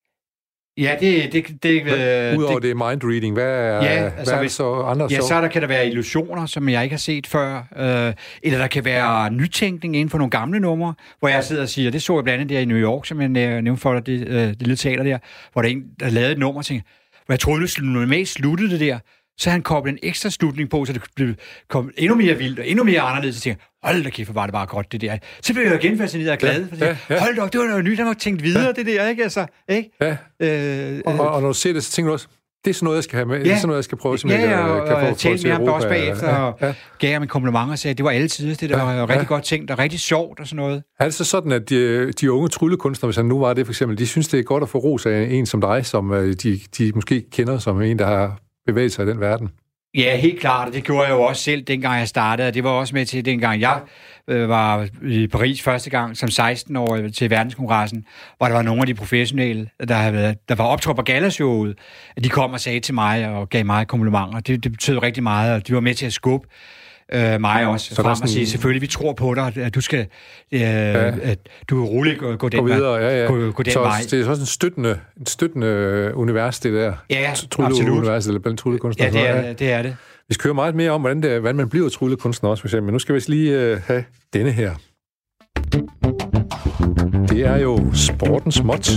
Ja, det... det, det øh, Udover det, det mindreading, hvad er, ja, altså, hvad er så andre ja, så? så der kan der være illusioner, som jeg ikke har set før. Øh, eller der kan være nytænkning inden for nogle gamle numre, hvor jeg sidder og siger, det så jeg blandt andet der i New York, som jeg nævnte for dig, det, øh, det lille teater der, hvor der er en, der lavede et nummer, tænkte, hvor jeg troede, det normalt sluttede det der, så han koblet en ekstra slutning på, så det blev kom endnu mere vildt og endnu mere anderledes. Så tænkte jeg, hold da kæft, var det bare godt, det der. Så blev jeg igen fascineret og glad. Ja, ja, ja. Hold da op, det var noget nyt, der var tænkt videre, ja. det der, ikke? Altså, ikke? Ja. Øh, og, og, og når du ser det, så tænker du også, det er sådan noget, jeg skal have med. Ja. Det er sådan noget, jeg skal prøve, som ja, jeg og, kan få, og tale med ham også bagefter, ja, og ja. gav ham en kompliment og sagde, at det var alle tider, det der ja, var rigtig ja. godt tænkt, og rigtig sjovt og sådan noget. Er det så sådan, at de, de unge tryllekunstnere, hvis han nu var det for eksempel, de synes, det er godt at få ros af en som dig, som de, de måske kender som en, der har bevæget sig i den verden? Ja, helt klart, og det gjorde jeg jo også selv, dengang jeg startede, og det var også med til, dengang jeg øh, var i Paris første gang, som seksten-årig til verdenskongressen, hvor der var nogle af de professionelle, der, havde, der var optrådt på galashowet, at de kom og sagde til mig og gav mig komplimenter. Det, det betød rigtig meget, og de var med til at skubbe øh, mig også så frem sådan... og sige, selvfølgelig, vi tror på dig, at du skal, øh, ja. at du er rolig gå, gå den gå videre, vej. Ja, ja. Gå, gå den så vej. Det er også en støttende, en støttende univers, det der. Ja, Trylleunivers, eller blandt tryllekunstnere. Ja, det er, det er det. Vi skal høre meget mere om, hvordan, det, hvordan man bliver tryllekunstner også, for eksempel. Men nu skal vi lige uh, have denne her. Det er jo sporten småt.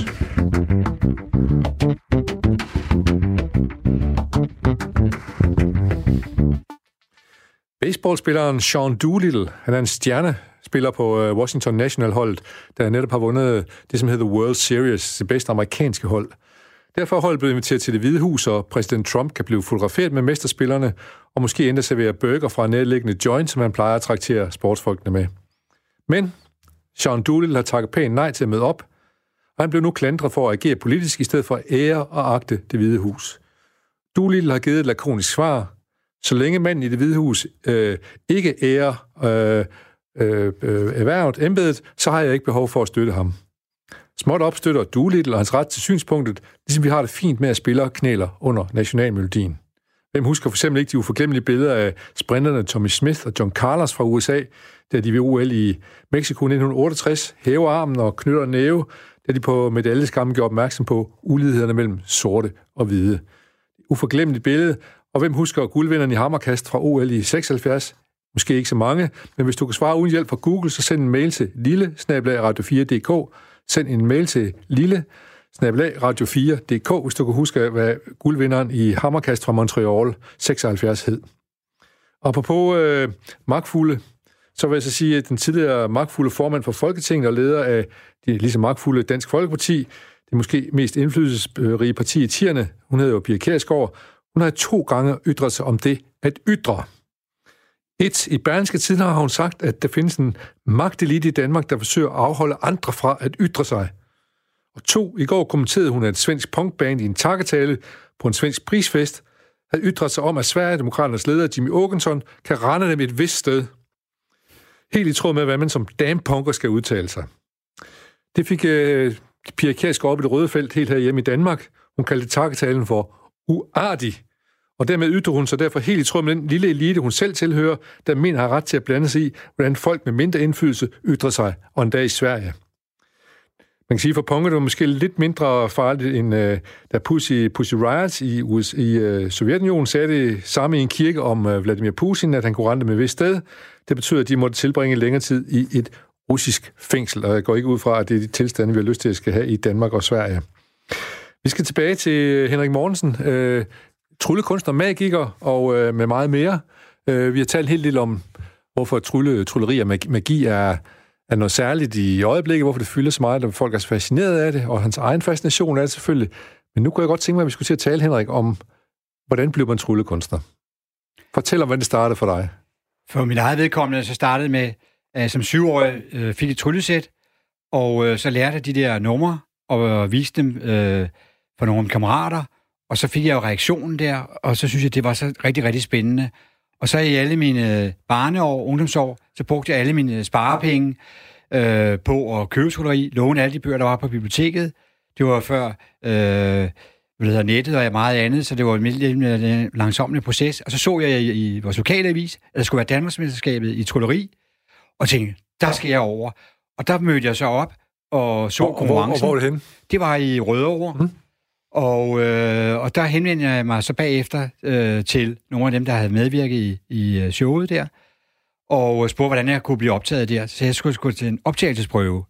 Baseballspilleren Sean Doolittle, han er en stjernespiller på Washington National-holdet, der netop har vundet det, som hedder World Series, det bedste amerikanske hold. Derfor er holdet blevet inviteret til Det Hvide Hus, og præsident Trump kan blive fotograferet med mesterspillerne, og måske endda servere burger fra en nærliggende joint, som han plejer at traktere sportsfolkene med. Men Sean Doolittle har takket pænt nej til at møde op, og han blev nu klandret for at agere politisk, i stedet for at ære og agte Det Hvide Hus. Doolittle har givet et lakonisk svar. Så længe manden i Det Hvide Hus øh, ikke ærer øh, øh, øh, erhvervet, embedet, så har jeg ikke behov for at støtte ham. Småt opstøtter Doolittle og hans ret til synspunktet, ligesom vi har det fint med at spille og knæler under nationalmelodien. Hvem husker for eksempel ikke de uforglemmelige billeder af sprinterne Tommy Smith og John Carlos fra U S A, da de ved O L i Mexico nitten otteogtres hæver armen og knytter næve, da de på medaljeskrammen gjorde opmærksom på ulighederne mellem sorte og hvide. Uforglemmeligt billede, og hvem husker guldvinderen i hammerkast fra O L i seksoghalvfjerds? Måske ikke så mange, men hvis du kan svare uden hjælp fra Google, så send en mail til lille snabel-a radio fire punktum d k. Send en mail til lille snabel-a radio fire punktum d k, hvis du kan huske, hvad guldvinderen i hammerkast fra Montreal seksoghalvfjerds hed. Og på øh, magtfulde, så vil jeg så sige, at den tidligere magtfulde formand for Folketinget og leder af det lige så magtfulde Dansk Folkeparti, det måske mest indflydelsesrige parti i tierne, hun hedder jo Pia Kjærsgaard, hun har to gange ytret sig om det at ytre. Et, i Berlingske Tidende har hun sagt, at der findes en magtelite i Danmark, der forsøger at afholde andre fra at ytre sig. Og to, i går kommenterede hun, at et svensk punkband i en takketale på en svensk prisfest havde ytret sig om, at Sverigedemokraternes leder Jimmy Åkesson kan rende dem et vist sted. Helt i tråd med, hvad man som dampunker skal udtale sig. Det fik øh, Pia Kjærsgaard op i det røde felt helt herhjemme i Danmark. Hun kaldte takketalen for uartig. Og dermed ytrer hun sig derfor helt i tråd med den lille elite, hun selv tilhører, der mener har ret til at blande sig i, hvordan folk med mindre indflydelse ytrer sig, og endda i Sverige. Man kan sige, for punker, det var måske lidt mindre farligt, end uh, da Pussy, Pussy Riot i, U S, i uh, Sovjetunionen sagde det samme i en kirke om uh, Vladimir Putin, at han kunne rende med et vist sted. Det betyder, at de måtte tilbringe længere tid i et russisk fængsel, og jeg går ikke ud fra, at det er de tilstande, vi har lyst til at skal have i Danmark og Sverige. Vi skal tilbage til Henrik Mortensen, uh, tryllekunstner, magiker og uh, med meget mere. Uh, vi har talt helt lidt om, hvorfor trylle, trylleri og magi er... er noget særligt i øjeblikket, hvorfor det fylder så meget, at folk er så fascineret af det, og hans egen fascination er det selvfølgelig. Men nu kunne jeg godt tænke mig, at vi skulle til at tale, Henrik, om, hvordan bliver man tryllekunstner? Fortæl om, hvordan det startede for dig. For mit eget vedkommende, så startede med, at som syvårig øh, fik et tryllesæt, og øh, så lærte jeg de der numre, og øh, viste dem øh, for nogle kammerater, og så fik jeg jo reaktionen der, og så synes jeg, det var så rigtig, rigtig spændende. Og så i alle mine barneår, ungdomsår, så brugte jeg alle mine sparepenge øh, på at købe trylleri, låne alle de bøger, der var på biblioteket. Det var før øh, hvad hedder, nettet og meget andet, så det var en langsomlig proces. Og så så jeg i, i vores lokale avis, at der skulle være Danmarksmesterskabet i trylleri, og tænkte, der skal jeg over. Og der mødte jeg så op og så konkurrencen. Og hvor var det henne? Det var i Rødovre. Mm. Og, øh, og der henvendte jeg mig så bagefter øh, til nogle af dem, der havde medvirket i, i showet der, og spurgte, hvordan jeg kunne blive optaget der. Så jeg skulle, skulle til en optagelsesprøve.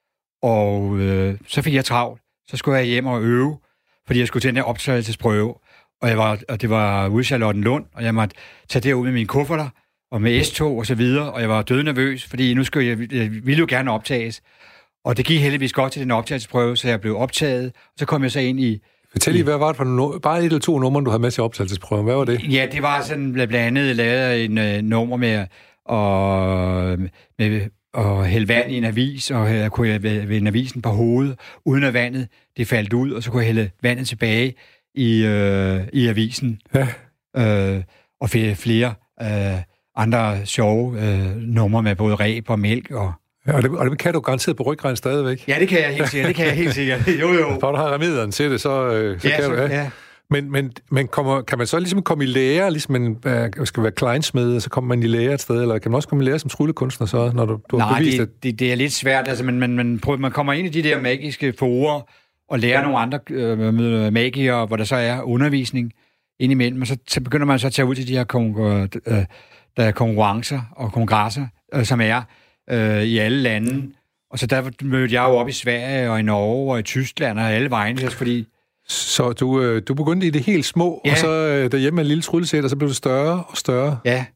Og øh, så fik jeg travlt. Så skulle jeg hjem og øve, fordi jeg skulle til den der optagelsesprøve. Og, jeg var, og det var ude i Charlottenlund, og jeg måtte tage derud med mine kufferter, og med S-tog og så videre, og jeg var dødnervøs, fordi nu skulle jeg, jeg ville jo gerne optages. Og det gik heldigvis godt til den optagelsesprøve, så jeg blev optaget, og så kom jeg så ind i... Fortæl lige, hvad var det for no- bare et eller to numre, du havde med til optagelsesprøven? Hvad var det? Ja, det var sådan blandt andet lavet en uh, nummer med, og, med at hælde vand i en avis, og jeg kunne vende avisen på hovedet, uden at vandet det faldt ud, og så kunne jeg hælde vandet tilbage i, uh, i avisen. Ja. Uh, og flere uh, andre sjove uh, numre med både ræb og mælk og... Ja, og, det, og det kan du garanteret på ryggraden stadigvæk. Ja, det kan jeg helt sikkert. Det kan jeg helt sikkert. Jo, jo. For du har remedierne til det, så, øh, så ja, kan så, du... Ja. Ja. Men, men, men kommer, kan man så ligesom komme i lære, ligesom man øh, skal være kleinsmed, og så kommer man i lære et sted, eller kan man også komme i lære som tryllekunstner, så, når du, du Nej, har bevist det, det? det, det er lidt svært. Altså, man, man, man, prøver, man kommer ind i de der magiske forer, og lærer nogle andre øh, magikere, hvor der så er undervisning indimellem, og så, så begynder man så at tage ud til de her konkur- øh, der er konkurrencer og kongresser, øh, som er øh, i alle lande. Og så der mødte jeg jo op i Sverige og i Norge og i Tyskland og alle vegne, fordi... Så du, øh, du begyndte i det helt små, ja. Og så øh, derhjemme med en lille tryllesæt, og så blev det større og større. Ja.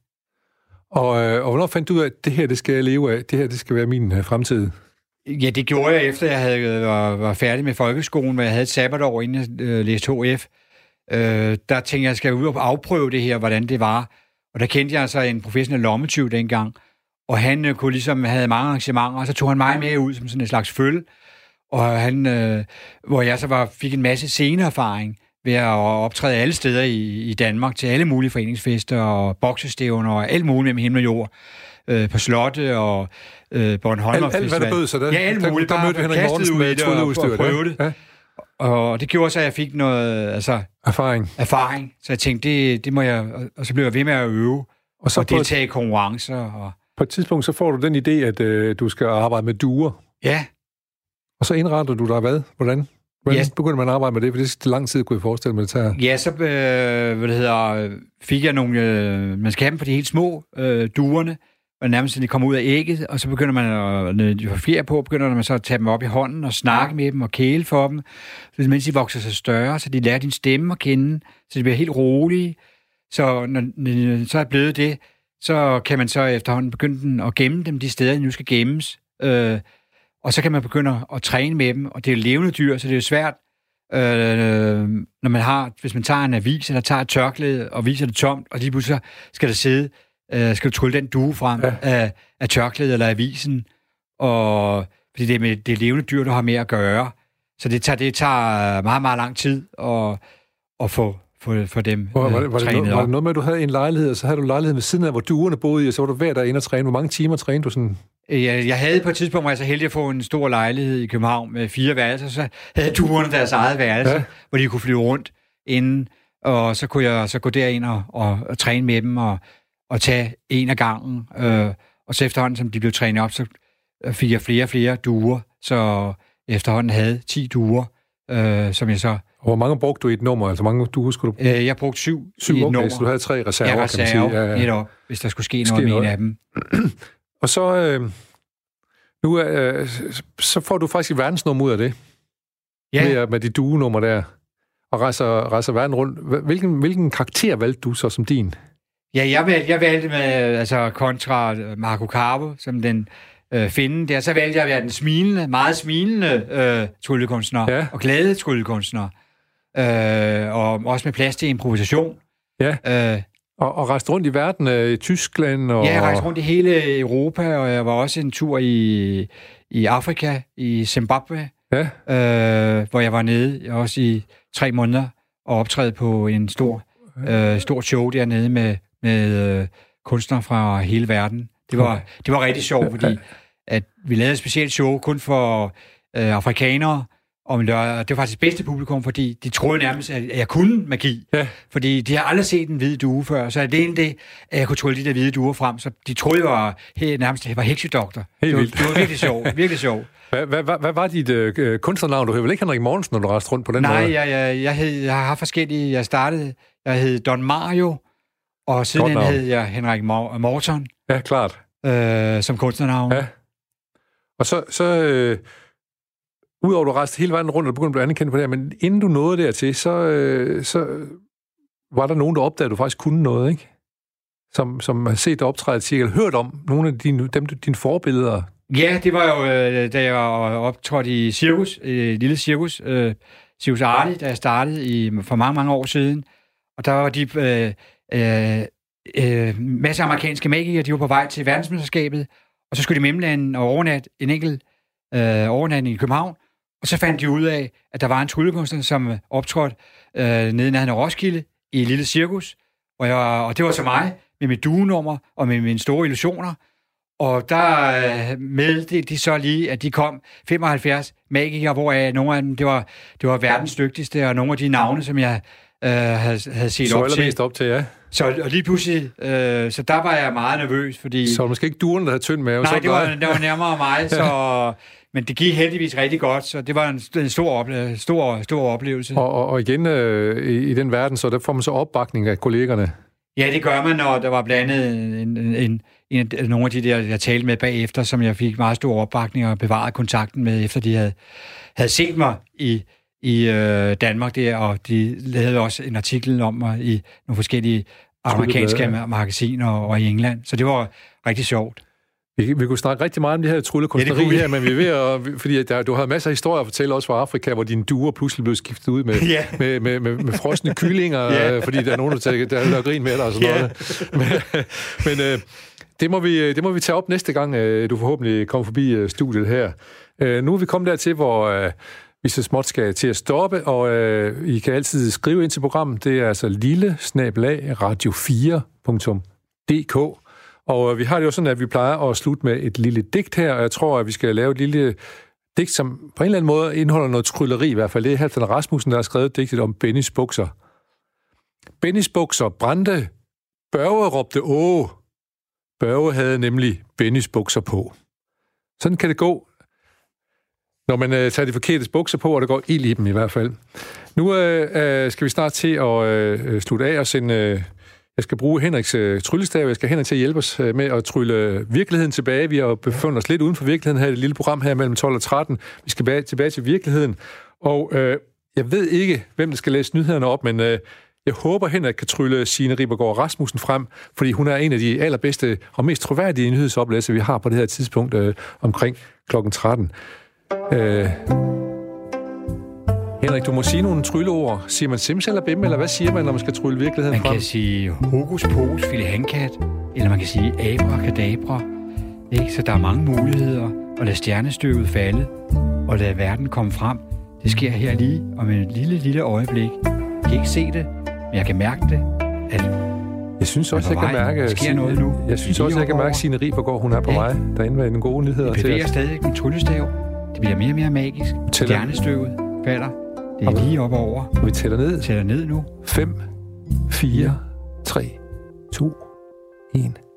Og, øh, og hvornår fandt du ud af, at det her, det skal jeg leve af, det her, det skal være min øh, fremtid? Ja, det gjorde jeg efter, jeg havde, var, var færdig med folkeskolen, hvor jeg havde et sabbatår, inden jeg øh, læste H F. Øh, der tænkte jeg, jeg skal ud og afprøve det her, hvordan det var. Og der kendte jeg altså en professionel lommetyv dengang, og han øh, kunne ligesom have mange arrangementer, og så tog han mig med ud som sådan en slags følge, og han, øh, hvor jeg så var, fik en masse sceneerfaring ved at optræde alle steder i, i Danmark, til alle mulige foreningsfester og boksestævner og alt muligt med himmel og jord, øh, på slotte og øh, Bornholm og alt, hvad der bød sig der. Ja, alt muligt. Der, der mødte Henrik Mortensen med trylleudstyr. Og prøve det. Ja. Og det gjorde så, at jeg fik noget altså, erfaring. erfaring. Så jeg tænkte, det, det må jeg... Og så blev jeg ved med at øve og, så og deltage i konkurrencer. Og... På et tidspunkt, så får du den idé, at øh, du skal arbejde med duer. Ja. Og så indretter du dig hvad? Hvordan? Hvordan ja. begynder man at arbejde med det? For det er lang tid, kunne jeg forestille mig, det tager. Ja, så øh, hvad det hedder, fik jeg nogle... Øh, man skal have dem for de helt små øh, duerne, og nærmest de kommer ud af ægget, og så begynder man at, når de får fjer på, begynder man så at tage dem op i hånden og snakke med dem og kæle for dem, så mens de vokser sig større, så de lærer din stemme at kende, så de bliver helt rolige. Så når de så er blevet det, så kan man så efterhånden begynde at gemme dem de steder, de nu skal gemmes. Øh, og så kan man begynde at træne med dem, og det er jo levende dyr, så det er jo svært, øh, når man har, hvis man tager en avis, eller tager et tørklæde og viser det tomt, og lige pludselig skal der sidde Uh, skal du trylle den due frem ja. af, af tørklædet eller avisen, og fordi det er, med, det er levende dyr, du har med at gøre, Så det tager, det tager meget, meget lang tid at, at få, få, få dem var, var, øh, var, trænet det noget, op. var det noget med, at du havde en lejlighed, og så havde du lejlighed ved siden af, hvor duerne boede i, og så var du hver dag inde og træne? Hvor mange timer trænede du sådan? Jeg, jeg havde på et tidspunkt, hvor jeg så heldig at få en stor lejlighed i København med fire værelser, så havde duerne deres eget værelse, ja. Hvor de kunne flyve rundt inden, og så kunne jeg så gå derind og, og, og træne med dem, og, og tage en af gangen. Øh, og så efterhånden, som de blev trænet op, så fik jeg flere og flere duer, så efterhånden havde ti duer, øh, som jeg så... Hvor mange brugte du i et nummer? Altså, mange duer skulle du... Øh, jeg brugte syv, syv i et okay, nummer. Så du havde tre reserver, ja, reserve, kan man sige. Ja, ja. Et år, hvis der skulle ske, ske noget med noget. en af dem. Og så, øh, nu, øh, så får du faktisk verdensnummer ud af det. Ja. Med, med de duenummer der. Og rejser, rejser verden rundt. Hvilken, hvilken karakter valgte du så som din? Ja, jeg valgte, jeg valgte med, altså kontra Marco Carbo, som den øh, finde der. Så valgte jeg at være den smilende, meget smilende øh, tryllekunstner, ja. og glade tryllekunstner. Øh, og også med plads til improvisation. Ja, øh, og, og rejste rundt i verden, øh, i Tyskland? Og... Ja, jeg rejste rundt i hele Europa, og jeg var også en tur i, i Afrika, i Zimbabwe, ja. øh, hvor jeg var nede også i tre måneder og optræde på en stor, øh, stor show dernede med, med øh, kunstnere fra hele verden. Det var, det var rigtig sjovt, fordi at vi lavede et specielt show kun for øh, afrikanere, og det var faktisk bedste publikum, fordi de troede nærmest, at jeg kunne magi. Ja. Fordi de har aldrig set en hvid due før, så det er det, at jeg kunne trylle de der hvide duer frem, så de troede, jeg var helt, nærmest jeg var heksedoktor. Helt det, var, vildt. det var virkelig sjovt, virkelig sjovt. Hvad, hvad, hvad, hvad var dit øh, kunstnernavn? Du hed vel ikke Henrik Mortensen, når du rejste rundt på den Nej, måde? Nej, jeg, jeg, jeg, hed, jeg har haft forskellige. Jeg startede, jeg hed Don Mario, og siden hed jeg Henrik Morton. Ja, klart. Øh, som kunstnernavn. Ja. Og så... så øh, udover at du rejste hele vejen rundt, og begyndte at blive anerkendt på det her, men inden du nåede dertil, så, øh, så var der nogen, der opdagede, at du faktisk kunne noget, ikke? Som, som har set dig optræde til, eller hørt om nogle af dine, dem, dine forbilleder. Ja, det var jo, øh, da jeg var optrådt i cirkus, øh, lille cirkus, øh, Cirkus Arli, da jeg startede i, for mange, mange år siden. Og der var de øh, øh, øh, masser af amerikanske magikere, de var på vej til verdensmesterskabet, og så skulle de mellemlande og overnatte en enkelt øh, overnatning i København. Og så fandt de ud af, at der var en tryllekunstner, som optrådte øh, nede nærheden af Roskilde i et lille cirkus. Og, jeg, og det var så mig, med mit duenummer og med mine store illusioner. Og der øh, meddelte de så lige, at de kom femoghalvfjerds magikere, hvoraf nogle af dem, det var, det var verdens dygtigste, og nogle af de navne, som jeg øh, havde, havde set så op til. Så op til, ja. Så og lige pludselig, øh, så der var jeg meget nervøs, fordi... Så måske ikke duerne, der havde tynd mave? Nej, så det var, det var nærmere mig, så... Men det gik heldigvis rigtig godt, så det var en, en stor, ople- stor, stor oplevelse. Og, og, og igen, øh, i, i den verden, så der får man så opbakning af kollegerne? Ja, det gør man, når der var blandet en, en, en, en af nogle af de der, jeg talte med bagefter, som jeg fik meget stor opbakning og bevaret kontakten med, efter de havde, havde set mig i, i øh, Danmark der, og de lavede også en artikel om mig i nogle forskellige amerikanske ja. magasiner og, og i England. Så det var rigtig sjovt. Vi, vi kunne snakke rigtig meget om det her tryllekunstneri ja, her, men vi er ved at... Fordi der, du har masser af historier at fortælle også fra Afrika, hvor dine duer pludselig blev skiftet ud med, ja. med, med, med, med frosne kyllinger, ja. fordi der er nogen, der tager der er grin med dig og sådan ja. noget. Men, men øh, det, må vi, det må vi tage op næste gang, øh, du forhåbentlig kommer forbi øh, studiet her. Øh, nu er vi kommet dertil, hvor øh, vi så småt skal til at stoppe, og øh, I kan altid skrive ind til programmet. Det er altså lille snabel-a radio fire punktum d k. Og vi har det jo sådan, at vi plejer at slutte med et lille digt her, og jeg tror, at vi skal lave et lille digt, som på en eller anden måde indeholder noget trylleri i hvert fald. Det er Halfdan Rasmussen, der har skrevet digtet om Bennys bukser. Bennys bukser brændte. Børge råbte åh. Børge havde nemlig Bennys bukser på. Sådan kan det gå, når man øh, tager de forkerte bukser på, og der går ild i dem i hvert fald. Nu øh, skal vi snart til at øh, slutte af og sende... Øh, Jeg skal bruge Henriks øh, tryllestav. Jeg skal Henrik til at hjælpe os øh, med at trylle virkeligheden tilbage. Vi har befundet os lidt uden for virkeligheden her i det lille program her mellem tolv og tretten. Vi skal tilbage, tilbage til virkeligheden. Og øh, jeg ved ikke, hvem der skal læse nyhederne op, men øh, jeg håber, Henrik kan trylle Signe Ribergaard Rasmussen frem, fordi hun er en af de allerbedste og mest troværdige nyhedsoplæsere, vi har på det her tidspunkt øh, omkring klokken tretten. Øh, Henrik, du må sige nogle trylleord. Siger man sims eller bim, eller hvad siger man, når man skal trylle virkeligheden man frem? Man kan sige hokus pokus filihankat, eller man kan sige abracadabra. Ikke? Så der er mange muligheder at lade stjernestøvet falde, og lade verden komme frem Det sker her lige om en lille, lille øjeblik. Jeg kan ikke se det, men jeg kan mærke det. At jeg synes også, jeg kan mærke... Der sker noget nu. Jeg synes også, jeg kan mærke Signe Ribergaard, hun er på ja. vej derinde med en gode nyheder til os. Det bevæger stadig min tryllestav. Det bliver mere og mere magisk. Stjernestøvet falder. Det er lige op over. Og vi tæller ned. Tæller ned nu. fem, fire, tre, to, en.